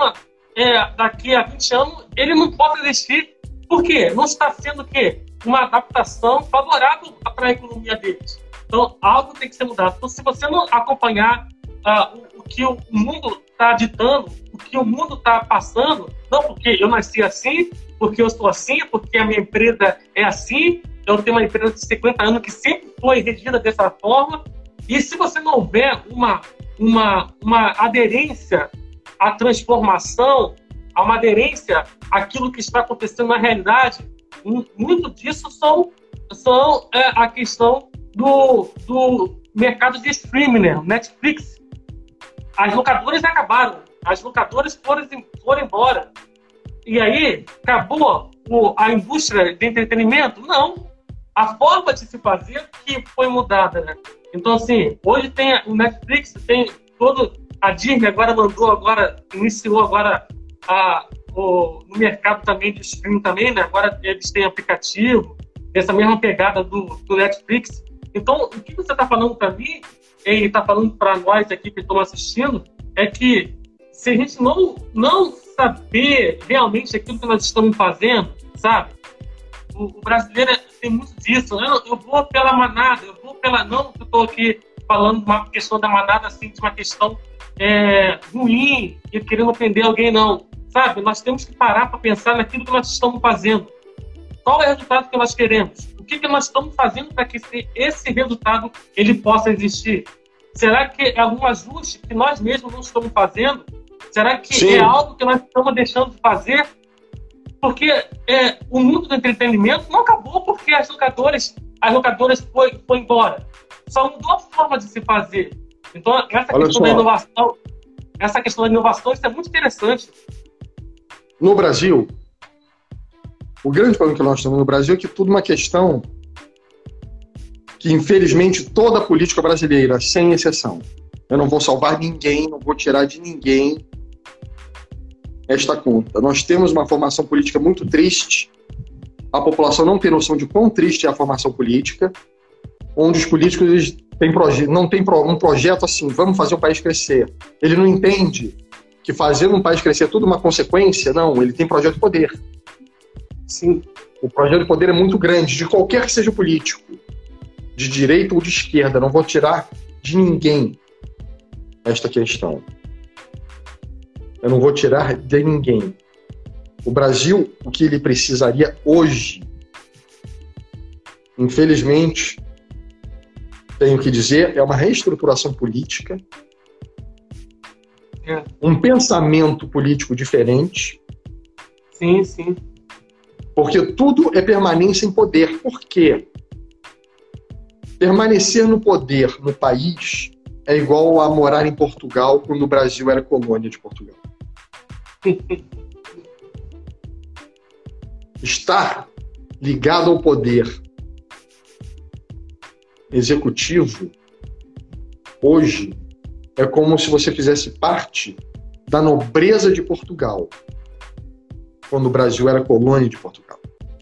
daqui a 20 anos, ele não possa existir. Por quê? Não está sendo o quê? Uma adaptação favorável para a economia deles. Então, algo tem que ser mudado. Então, se você não acompanhar o que o mundo está ditando, o que o mundo está passando, não porque eu nasci assim, porque eu sou assim, porque a minha empresa é assim, eu tenho uma empresa de 50 anos que sempre foi regida dessa forma, e se você não houver uma aderência à transformação, a uma aderência àquilo que está acontecendo na realidade, muito disso são a questão do mercado de streaming, né? Netflix. As locadoras acabaram, as locadoras foram embora. E aí, acabou a indústria de entretenimento? Não. A forma de se fazer que foi mudada, né? Então, assim, hoje tem o Netflix, tem a Disney iniciou agora no mercado também de streaming também, né? Agora eles têm aplicativo, essa mesma pegada do Netflix. Então, o que você está falando para mim, e está falando para nós aqui que estamos assistindo, é que se a gente não saber realmente aquilo que nós estamos fazendo, sabe? O brasileiro tem muito disso. Eu vou pela manada, não que eu estou aqui falando de uma questão da manada, assim, de uma questão ruim e querendo ofender alguém, não. Sabe? Nós temos que parar para pensar naquilo que nós estamos fazendo. Qual é o resultado que nós queremos? O que nós estamos fazendo para que esse resultado ele possa existir? Será que é algum ajuste que nós mesmos não estamos fazendo? Será que Sim. é algo que nós estamos deixando de fazer? Porque o mundo do entretenimento não acabou porque as locadoras foi embora. Só mudou a forma de se fazer. Então, essa questão da inovação, isso é muito interessante. No Brasil, o grande problema que nós temos no Brasil é que tudo é uma questão que, infelizmente, toda a política brasileira, sem exceção, eu não vou salvar ninguém, não vou tirar de ninguém esta conta. Nós temos uma formação política muito triste, a população não tem noção de quão triste é a formação política, onde os políticos não têm um projeto assim, vamos fazer o país crescer. Ele não entende que fazer um país crescer é tudo uma consequência, não, ele tem projeto de poder. Sim, o projeto de poder é muito grande, de qualquer que seja o político, de direita ou de esquerda, não vou tirar de ninguém esta questão. Eu não vou tirar de ninguém. O Brasil, o que ele precisaria hoje, infelizmente, tenho que dizer, é uma reestruturação política, um pensamento político diferente. Sim, sim. Porque tudo é permanência em poder. Por quê? Permanecer no poder no país é igual a morar em Portugal quando o Brasil era colônia de Portugal. Estar ligado ao poder executivo hoje é como se você fizesse parte da nobreza de Portugal quando o Brasil era colônia de Portugal.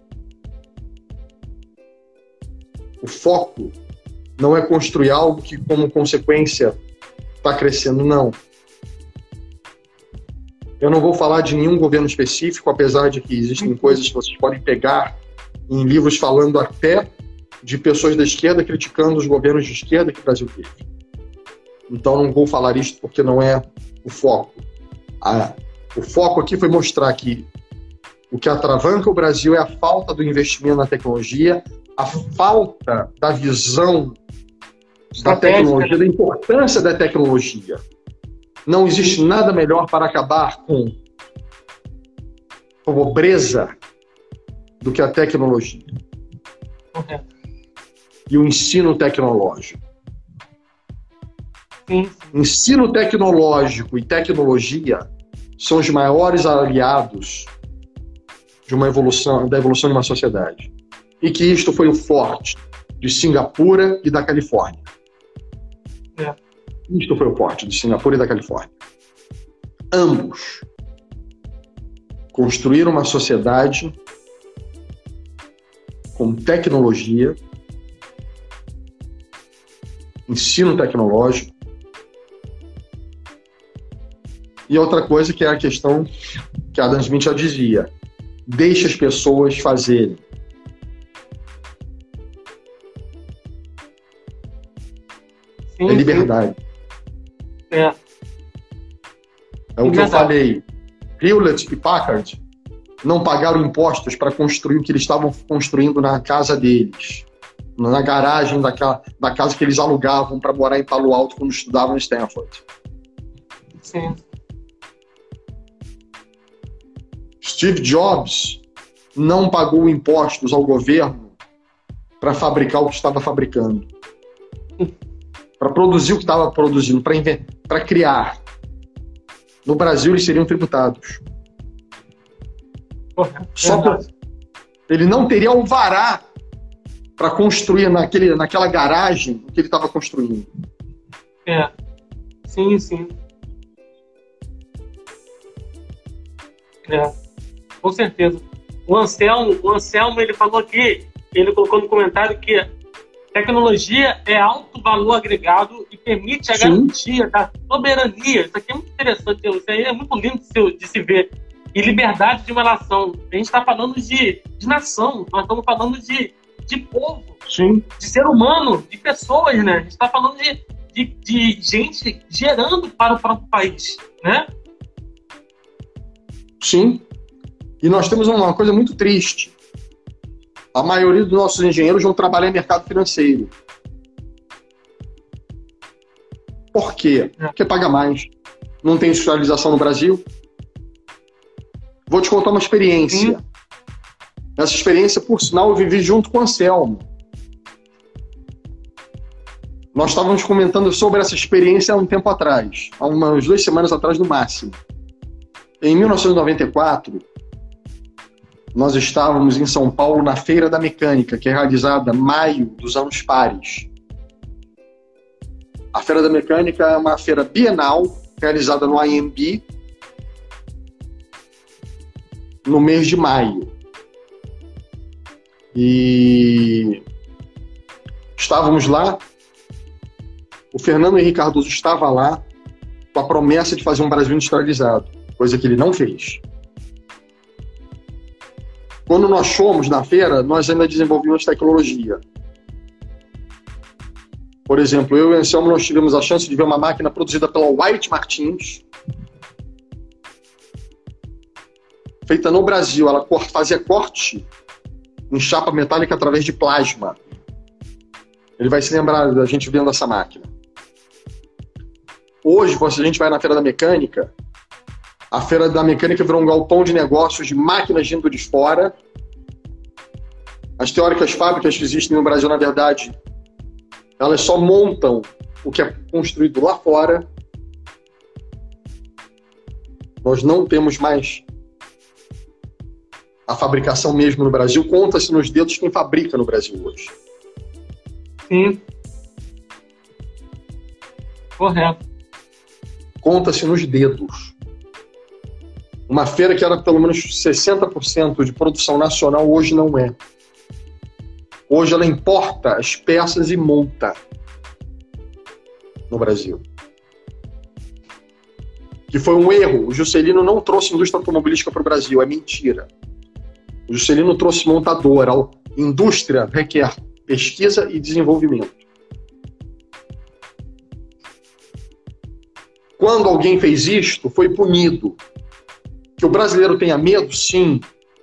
O foco não é construir algo que, como consequência, está crescendo, não. Eu não vou falar de nenhum governo específico, apesar de que existem coisas que vocês podem pegar em livros falando até de pessoas da esquerda criticando os governos de esquerda que o Brasil teve. Então não vou falar isso porque não é o foco. O foco aqui foi mostrar que o que atravanca o Brasil é a falta do investimento na tecnologia, a falta da visão da tecnologia, da importância da tecnologia. Não existe nada melhor para acabar com a pobreza do que a tecnologia. E o ensino tecnológico. Sim. Ensino tecnológico e tecnologia são os maiores aliados de uma evolução, da evolução de uma sociedade. E que isto foi o forte de Singapura e da Califórnia. Isto foi o forte de Singapura e da Califórnia. Ambos construíram uma sociedade com tecnologia ensino tecnológico. E outra coisa que é a questão que Adam Smith já dizia: deixe as pessoas fazerem. Sim, é liberdade. É o que eu falei. Hewlett e Packard não pagaram impostos para construir o que eles estavam construindo na casa deles, na garagem da casa que eles alugavam para morar em Palo Alto quando estudavam em Stanford. Sim. Steve Jobs não pagou impostos ao governo para fabricar o que estava fabricando, para produzir o que estava produzindo, para criar. No Brasil, eles seriam tributados. Só que ele não teria alvará para construir naquela garagem o que ele estava construindo. Sim. Com certeza. O Anselmo, ele falou aqui, ele colocou no comentário que tecnologia é alto valor agregado e permite a garantia da soberania. Isso aqui é muito interessante, isso aí é muito lindo de se ver. E liberdade de uma nação. A gente está falando de nação, nós estamos falando de povo, de ser humano, de pessoas, né? A gente está falando de gente gerando para o próprio país, né? Sim. E nós temos uma coisa muito triste. A maioria dos nossos engenheiros vão trabalhar em mercado financeiro. Por quê? Porque paga mais. Não tem industrialização no Brasil. Vou te contar uma experiência. Essa experiência, por sinal, eu vivi junto com o Anselmo. Nós estávamos comentando sobre essa experiência há um tempo atrás, há umas 2 semanas atrás no máximo. Em 1994, nós estávamos em São Paulo na Feira da Mecânica, que é realizada em maio dos anos pares. A Feira da Mecânica é uma feira bienal, realizada no IMB, no mês de maio. E estávamos lá, o Fernando Henrique Cardoso estava lá com a promessa de fazer um Brasil industrializado, coisa que ele não fez. Quando nós fomos na feira, nós ainda desenvolvemos tecnologia. Por exemplo, eu e o Anselmo, nós tivemos a chance de ver uma máquina produzida pela White Martins, feita no Brasil. Ela fazia corte em chapa metálica através de plasma. Ele vai se lembrar da gente vendo essa máquina. Hoje, se a gente vai na Feira da Mecânica, a Feira da Mecânica virou um galpão de negócios de máquinas vindo de fora. As teóricas fábricas que existem no Brasil, na verdade, elas só montam o que é construído lá fora. Nós não temos mais a fabricação mesmo no Brasil. Conta-se nos dedos quem fabrica no Brasil hoje. Sim. Correto. Conta-se nos dedos. Uma feira que era pelo menos 60% de produção nacional, hoje não é. Hoje ela importa as peças e monta no Brasil. Que foi um erro. O Juscelino não trouxe indústria automobilística para o Brasil, é mentira. O Juscelino trouxe montadora. A indústria requer pesquisa e desenvolvimento. Quando alguém fez isto, foi punido. Que o brasileiro tenha medo, sim.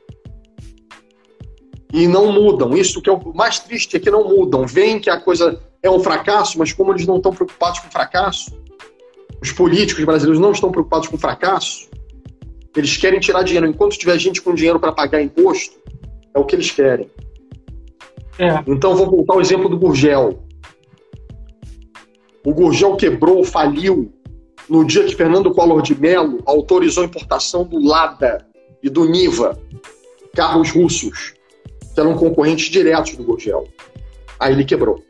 E não mudam. Isso que é o mais triste, é que não mudam. Veem que a coisa é um fracasso, mas como eles não estão preocupados com o fracasso, os políticos brasileiros não estão preocupados com o fracasso, eles querem tirar dinheiro. Enquanto tiver gente com dinheiro para pagar imposto, é o que eles querem. Então, vou voltar ao exemplo do Gurgel. O Gurgel quebrou, faliu, no dia que Fernando Collor de Mello autorizou a importação do Lada e do Niva, carros russos, que eram concorrentes diretos do Gurgel. Aí ele quebrou.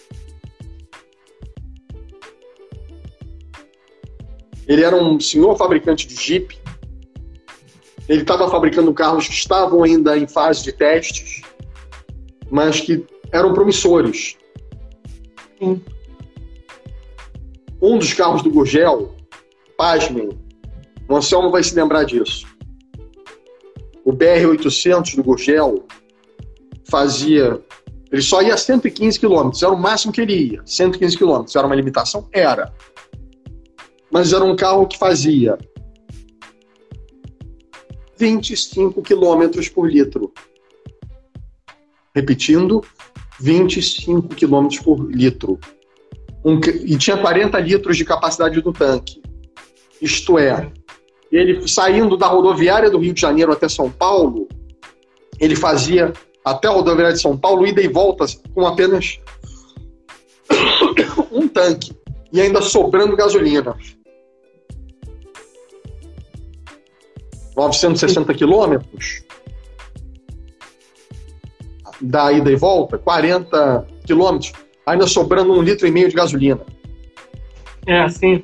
Ele era um senhor fabricante de Jeep. Ele estava fabricando carros que estavam ainda em fase de testes, mas que eram promissores. Um dos carros do Gurgel, pasmem, o Anselmo vai se lembrar disso. O BR-800 do Gurgel fazia... Ele só ia a 115 km, era o máximo que ele ia. 115 km, era uma limitação? Era. Mas era um carro que fazia 25 km por litro. Repetindo, 25 km por litro. E tinha 40 litros de capacidade do tanque. Isto é, ele saindo da rodoviária do Rio de Janeiro até São Paulo, ele fazia até a rodoviária de São Paulo ida e volta com apenas um tanque e ainda sobrando gasolina. 960 quilômetros da ida e volta, 40 quilômetros, ainda sobrando 1,5 litro de gasolina. Sim.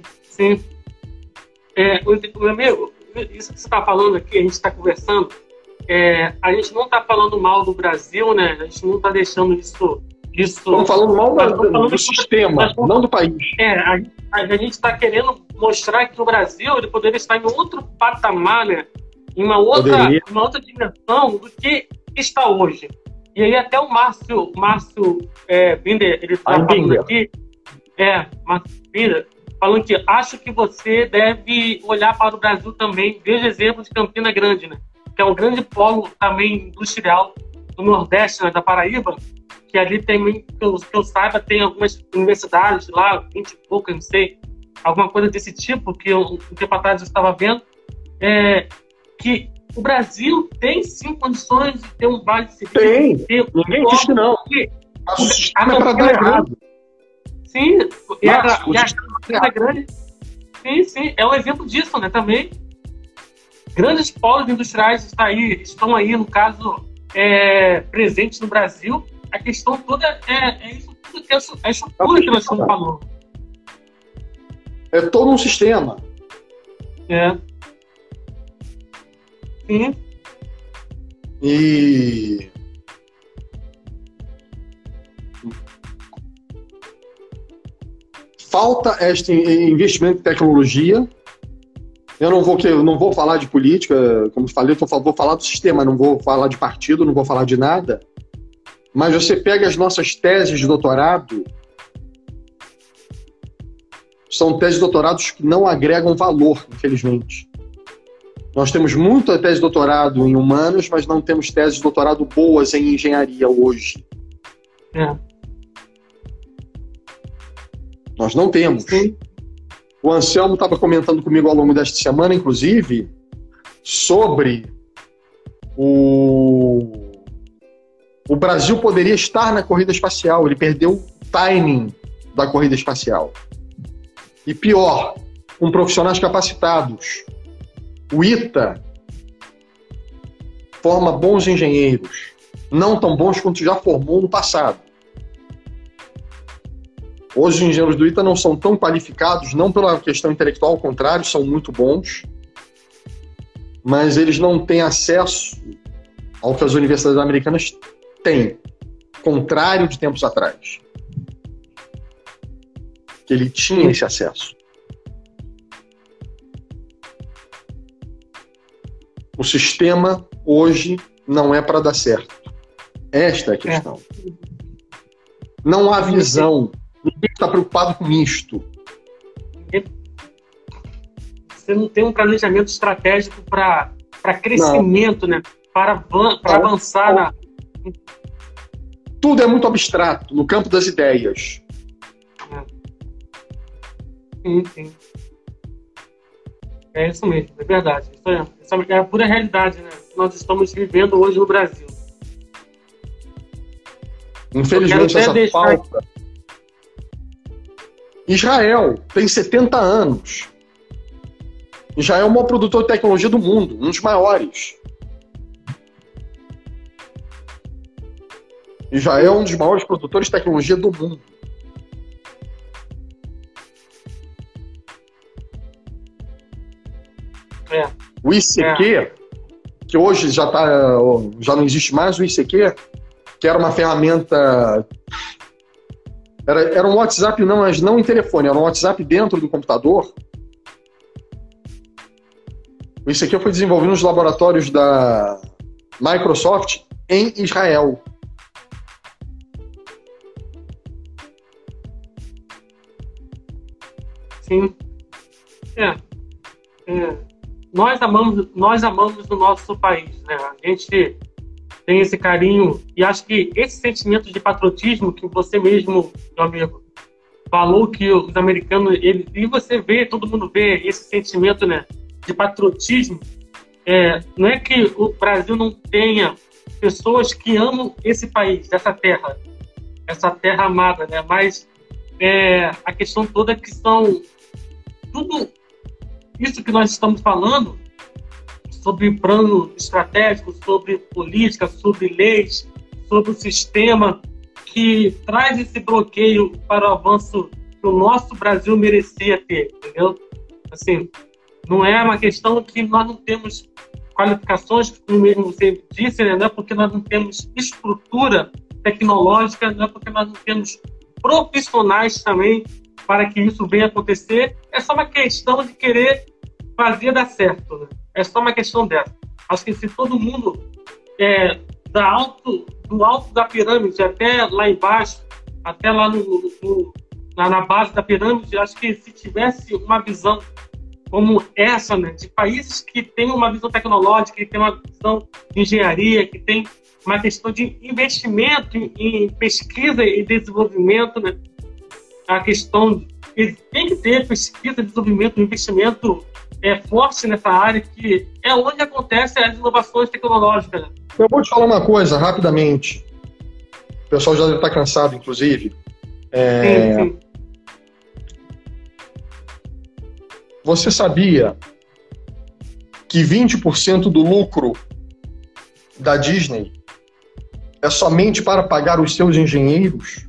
Meu amigo, isso que você está falando aqui, a gente está conversando, a gente não está falando mal do Brasil, né? A gente não está deixando isso... Estamos falando mal do sistema, não do país. A gente está querendo mostrar que o Brasil ele poderia estar em outro patamar, né? Em uma outra dimensão do que está hoje. E aí até o Márcio Binder, ele está falando aqui, Márcio Binder, falando que acho que você deve olhar para o Brasil também, veja exemplo de Campina Grande, né? Que é um grande polo também industrial do Nordeste, né, da Paraíba, que ali tem, que eu saiba, tem algumas universidades lá, 20 e pouco, não sei, alguma coisa desse tipo, que um tempo atrás eu estava vendo, que o Brasil tem sim condições de ter um vale de serviço. Ninguém diz que não. Mas o sistema é para dar errado. Sim, e a Campina Grande, sim, é um exemplo disso, né, também. Grandes polos industriais estão aí, no caso, presentes no Brasil. A questão toda é isso tudo, que é a estrutura que nós estamos falando. É todo um sistema. Sim. E falta este investimento em tecnologia. Eu não vou falar de política, como falei, vou falar do sistema, não vou falar de partido, não vou falar de nada. Mas você pega as nossas teses de doutorado, são teses de doutorados que não agregam valor, infelizmente. Nós temos muita tese de doutorado em humanos, mas não temos teses de doutorado boas em engenharia hoje. Nós não temos. Sim. O Anselmo estava comentando comigo ao longo desta semana, inclusive, sobre o Brasil poderia estar na corrida espacial. Ele perdeu o timing da corrida espacial. E pior, com profissionais capacitados. O ITA forma bons engenheiros, não tão bons quanto já formou no passado. Hoje os engenheiros do ITA não são tão qualificados, não pela questão intelectual, ao contrário, são muito bons, mas eles não têm acesso ao que as universidades americanas têm, contrário de tempos atrás. Que ele tinha esse acesso. O sistema hoje não é para dar certo. Esta é a questão. Não há visão. Ninguém está preocupado com isto. Você não tem um planejamento estratégico para crescimento, né? Para avançar. Tudo é muito abstrato, no campo das ideias. Sim. É isso mesmo, é verdade. Isso é a pura realidade, né? Que nós estamos vivendo hoje no Brasil. Infelizmente, essa falta. Israel tem 70 anos. Israel é o maior produtor de tecnologia do mundo, um dos maiores. Israel é um dos maiores produtores de tecnologia do mundo. O ICQ, que hoje já não existe mais, o ICQ, que era uma ferramenta Era um WhatsApp, não, mas não em telefone, era um WhatsApp dentro do computador. Isso aqui foi desenvolvido nos laboratórios da Microsoft em Israel. Sim. Nós amamos o nosso país, né? A gente tem esse carinho e acho que esse sentimento de patriotismo que você mesmo, meu amigo, falou que os americanos, e você vê, todo mundo vê esse sentimento, né, de patriotismo. Não é que o Brasil não tenha pessoas que amam esse país, essa terra amada, né? Mas a questão toda é que são tudo isso que nós estamos falando sobre plano estratégico, sobre política, sobre leis, sobre o sistema que traz esse bloqueio para o avanço que o nosso Brasil merecia ter, entendeu? Assim, não é uma questão que nós não temos qualificações, como mesmo você disse, né? Não é porque nós não temos estrutura tecnológica, não é porque nós não temos profissionais também para que isso venha acontecer, é só uma questão de querer fazer dar certo, né? É só uma questão dessa. Acho que se todo mundo do alto da pirâmide até lá embaixo, até lá na base da pirâmide, acho que se tivesse uma visão como essa, né, de países que têm uma visão tecnológica, que têm uma visão de engenharia, que tem uma questão de investimento em pesquisa e desenvolvimento, né? A questão tem que ter pesquisa, desenvolvimento, investimento forte nessa área, que é onde acontecem as inovações tecnológicas. Né? Eu vou te falar uma coisa, rapidamente. O pessoal já deve estar cansado, inclusive. Sim. Você sabia que 20% do lucro da Disney é somente para pagar os seus engenheiros?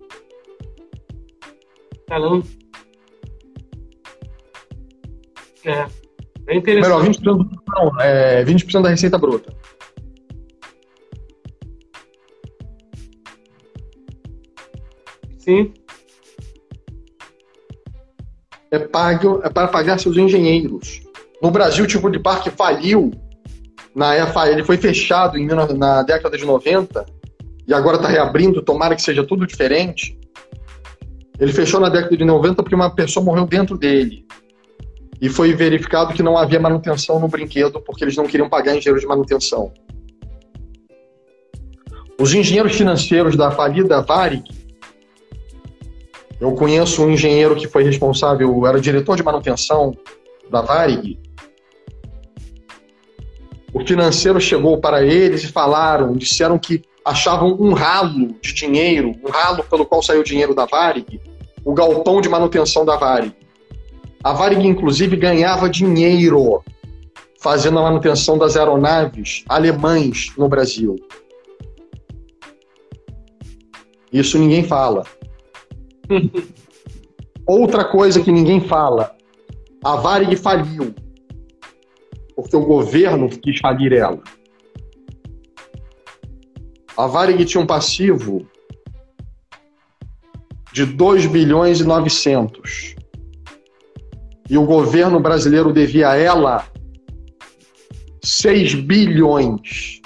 Caramba. É interessante. Melhor, 20% da receita bruta. Sim. É para pagar seus engenheiros. No Brasil, o tipo de parque faliu. Ele foi fechado na década de 90 e agora está reabrindo, tomara que seja tudo diferente. Ele fechou na década de 90 porque uma pessoa morreu dentro dele. E foi verificado que não havia manutenção no brinquedo porque eles não queriam pagar engenheiro de manutenção. Os engenheiros financeiros da falida Varig, eu conheço um engenheiro que foi responsável, era diretor de manutenção da Varig. O financeiro chegou para eles e disseram que achavam um ralo de dinheiro, um ralo pelo qual saiu o dinheiro da Varig, o galpão de manutenção da Varig. A Varig, inclusive, ganhava dinheiro fazendo a manutenção das aeronaves alemães no Brasil. Isso ninguém fala. Outra coisa que ninguém fala, a Varig faliu porque o governo quis falir ela. A Varig tinha um passivo de 2 bilhões e 900. E o governo brasileiro devia a ela 6 bilhões.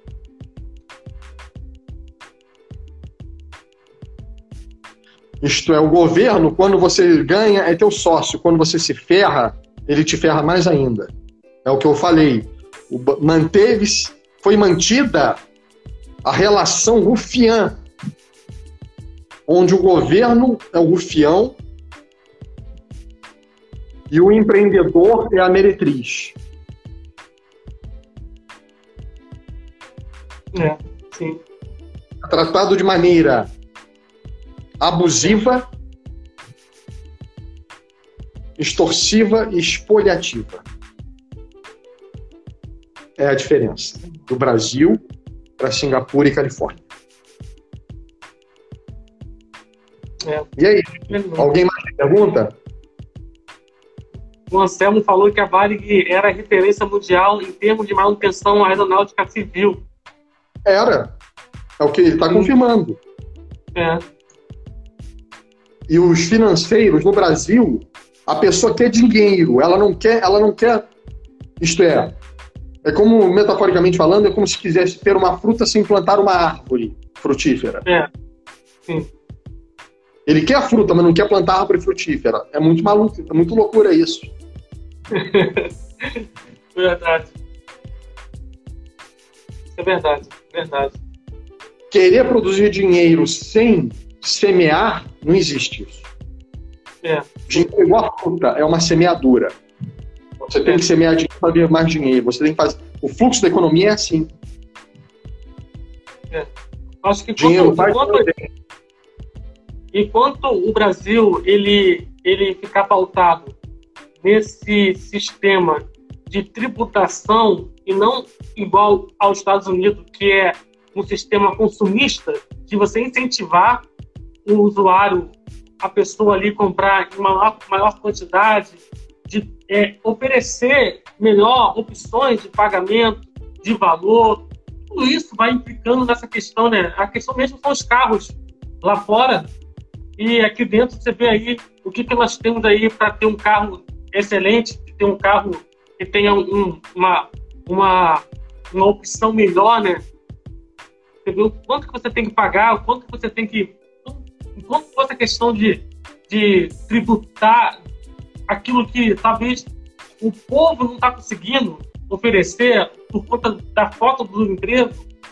Isto é, o governo, quando você ganha, é teu sócio. Quando você se ferra, ele te ferra mais ainda. É o que eu falei. Foi mantida a relação rufiã, onde o governo é o rufião e o empreendedor é a meretriz. Sim. É tratado de maneira abusiva, extorsiva e espoliativa. É a diferença do Brasil para Singapura e Califórnia. E aí, alguém mais pergunta? O Anselmo falou que a Varig era referência mundial em termos de manutenção aeronáutica civil. Era. É o que ele está confirmando. E os financeiros no Brasil, a pessoa quer dinheiro, ela não quer, isto é como, metaforicamente falando, é como se quisesse ter uma fruta sem plantar uma árvore frutífera. Sim. Ele quer a fruta, mas não quer plantar árvore frutífera. É muito maluco, é muito loucura isso. Verdade. Isso é verdade. Querer produzir dinheiro sem semear, não existe isso. Dinheiro é igual a fruta, é uma semeadura. Você tem que semear dinheiro para ver mais dinheiro. Você tem que fazer. O fluxo da economia é assim. Acho que enquanto o Brasil ele ficar pautado nesse sistema de tributação e não igual aos Estados Unidos, que é um sistema consumista, de você incentivar o usuário, a pessoa ali comprar em maior quantidade, de oferecer melhor opções de pagamento, de valor, tudo isso vai implicando nessa questão, né? A questão mesmo são os carros lá fora, e aqui dentro você vê aí o que nós temos aí para ter um carro excelente, ter um carro que tenha uma opção melhor, né? Você vê o quanto que você tem que pagar, o quanto que você tem que... Enquanto fosse a questão de tributar aquilo que talvez o povo não está conseguindo oferecer por conta da falta do emprego,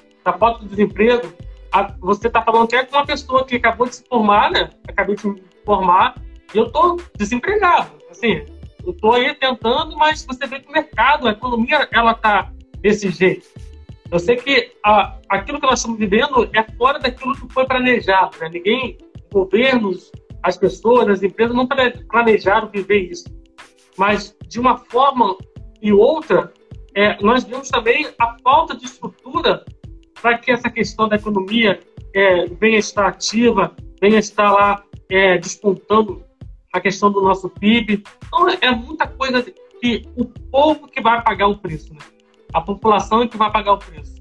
você está falando que é com uma pessoa que acabou de se formar, né? Acabei de me formar e eu estou desempregado. Assim, eu estou aí tentando, mas você vê que o mercado, a economia, ela está desse jeito. Eu sei que aquilo que nós estamos vivendo é fora daquilo que foi planejado, né? Ninguém, governos, as pessoas, as empresas não planejaram viver isso. Mas, de uma forma e outra, nós vemos também a falta de estrutura para que essa questão da economia venha estar ativa, venha estar lá despontando a questão do nosso PIB. Então, é muita coisa que o povo que vai pagar o preço, né? A população é que vai pagar o preço.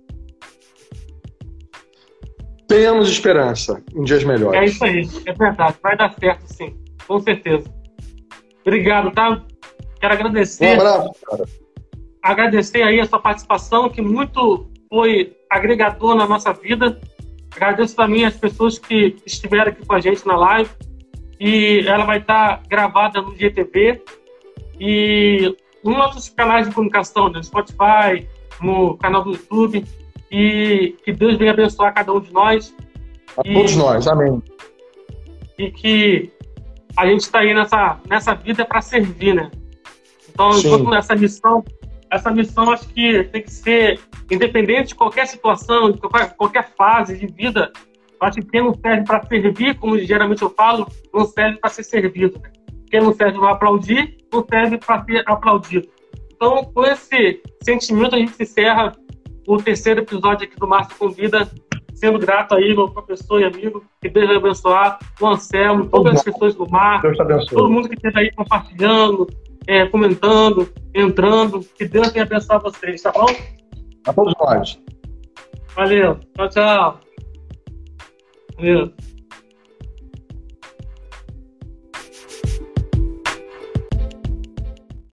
Tenhamos esperança em dias melhores. É isso aí, é verdade. Vai dar certo, sim. Com certeza. Obrigado, tá? Quero agradecer. Um abraço, cara. Agradecer aí a sua participação, que muito foi agregador na nossa vida. Agradeço também as pessoas que estiveram aqui com a gente na live. E ela vai estar gravada no GTV e nos nossos canais de comunicação, no Spotify, no canal do YouTube. E que Deus venha abençoar cada um de nós. Todos nós, amém. E que a gente está aí nessa vida para servir, né? Então, enquanto essa missão acho que tem que ser independente de qualquer situação, de qualquer fase de vida. Acho que quem não serve para servir, como geralmente eu falo, não serve para ser servido, né? Quem não serve para aplaudir, não serve para ser aplaudido. Então, com esse sentimento, a gente encerra o terceiro episódio aqui do Márcio Convida, sendo grato aí, meu professor e amigo, que Deus vai abençoar, o Anselmo, todas as pessoas do mar, todo mundo que esteja aí compartilhando, comentando, entrando, que Deus tenha abençoado vocês, tá bom? A todos nós. Valeu, tchau, tchau. Valeu.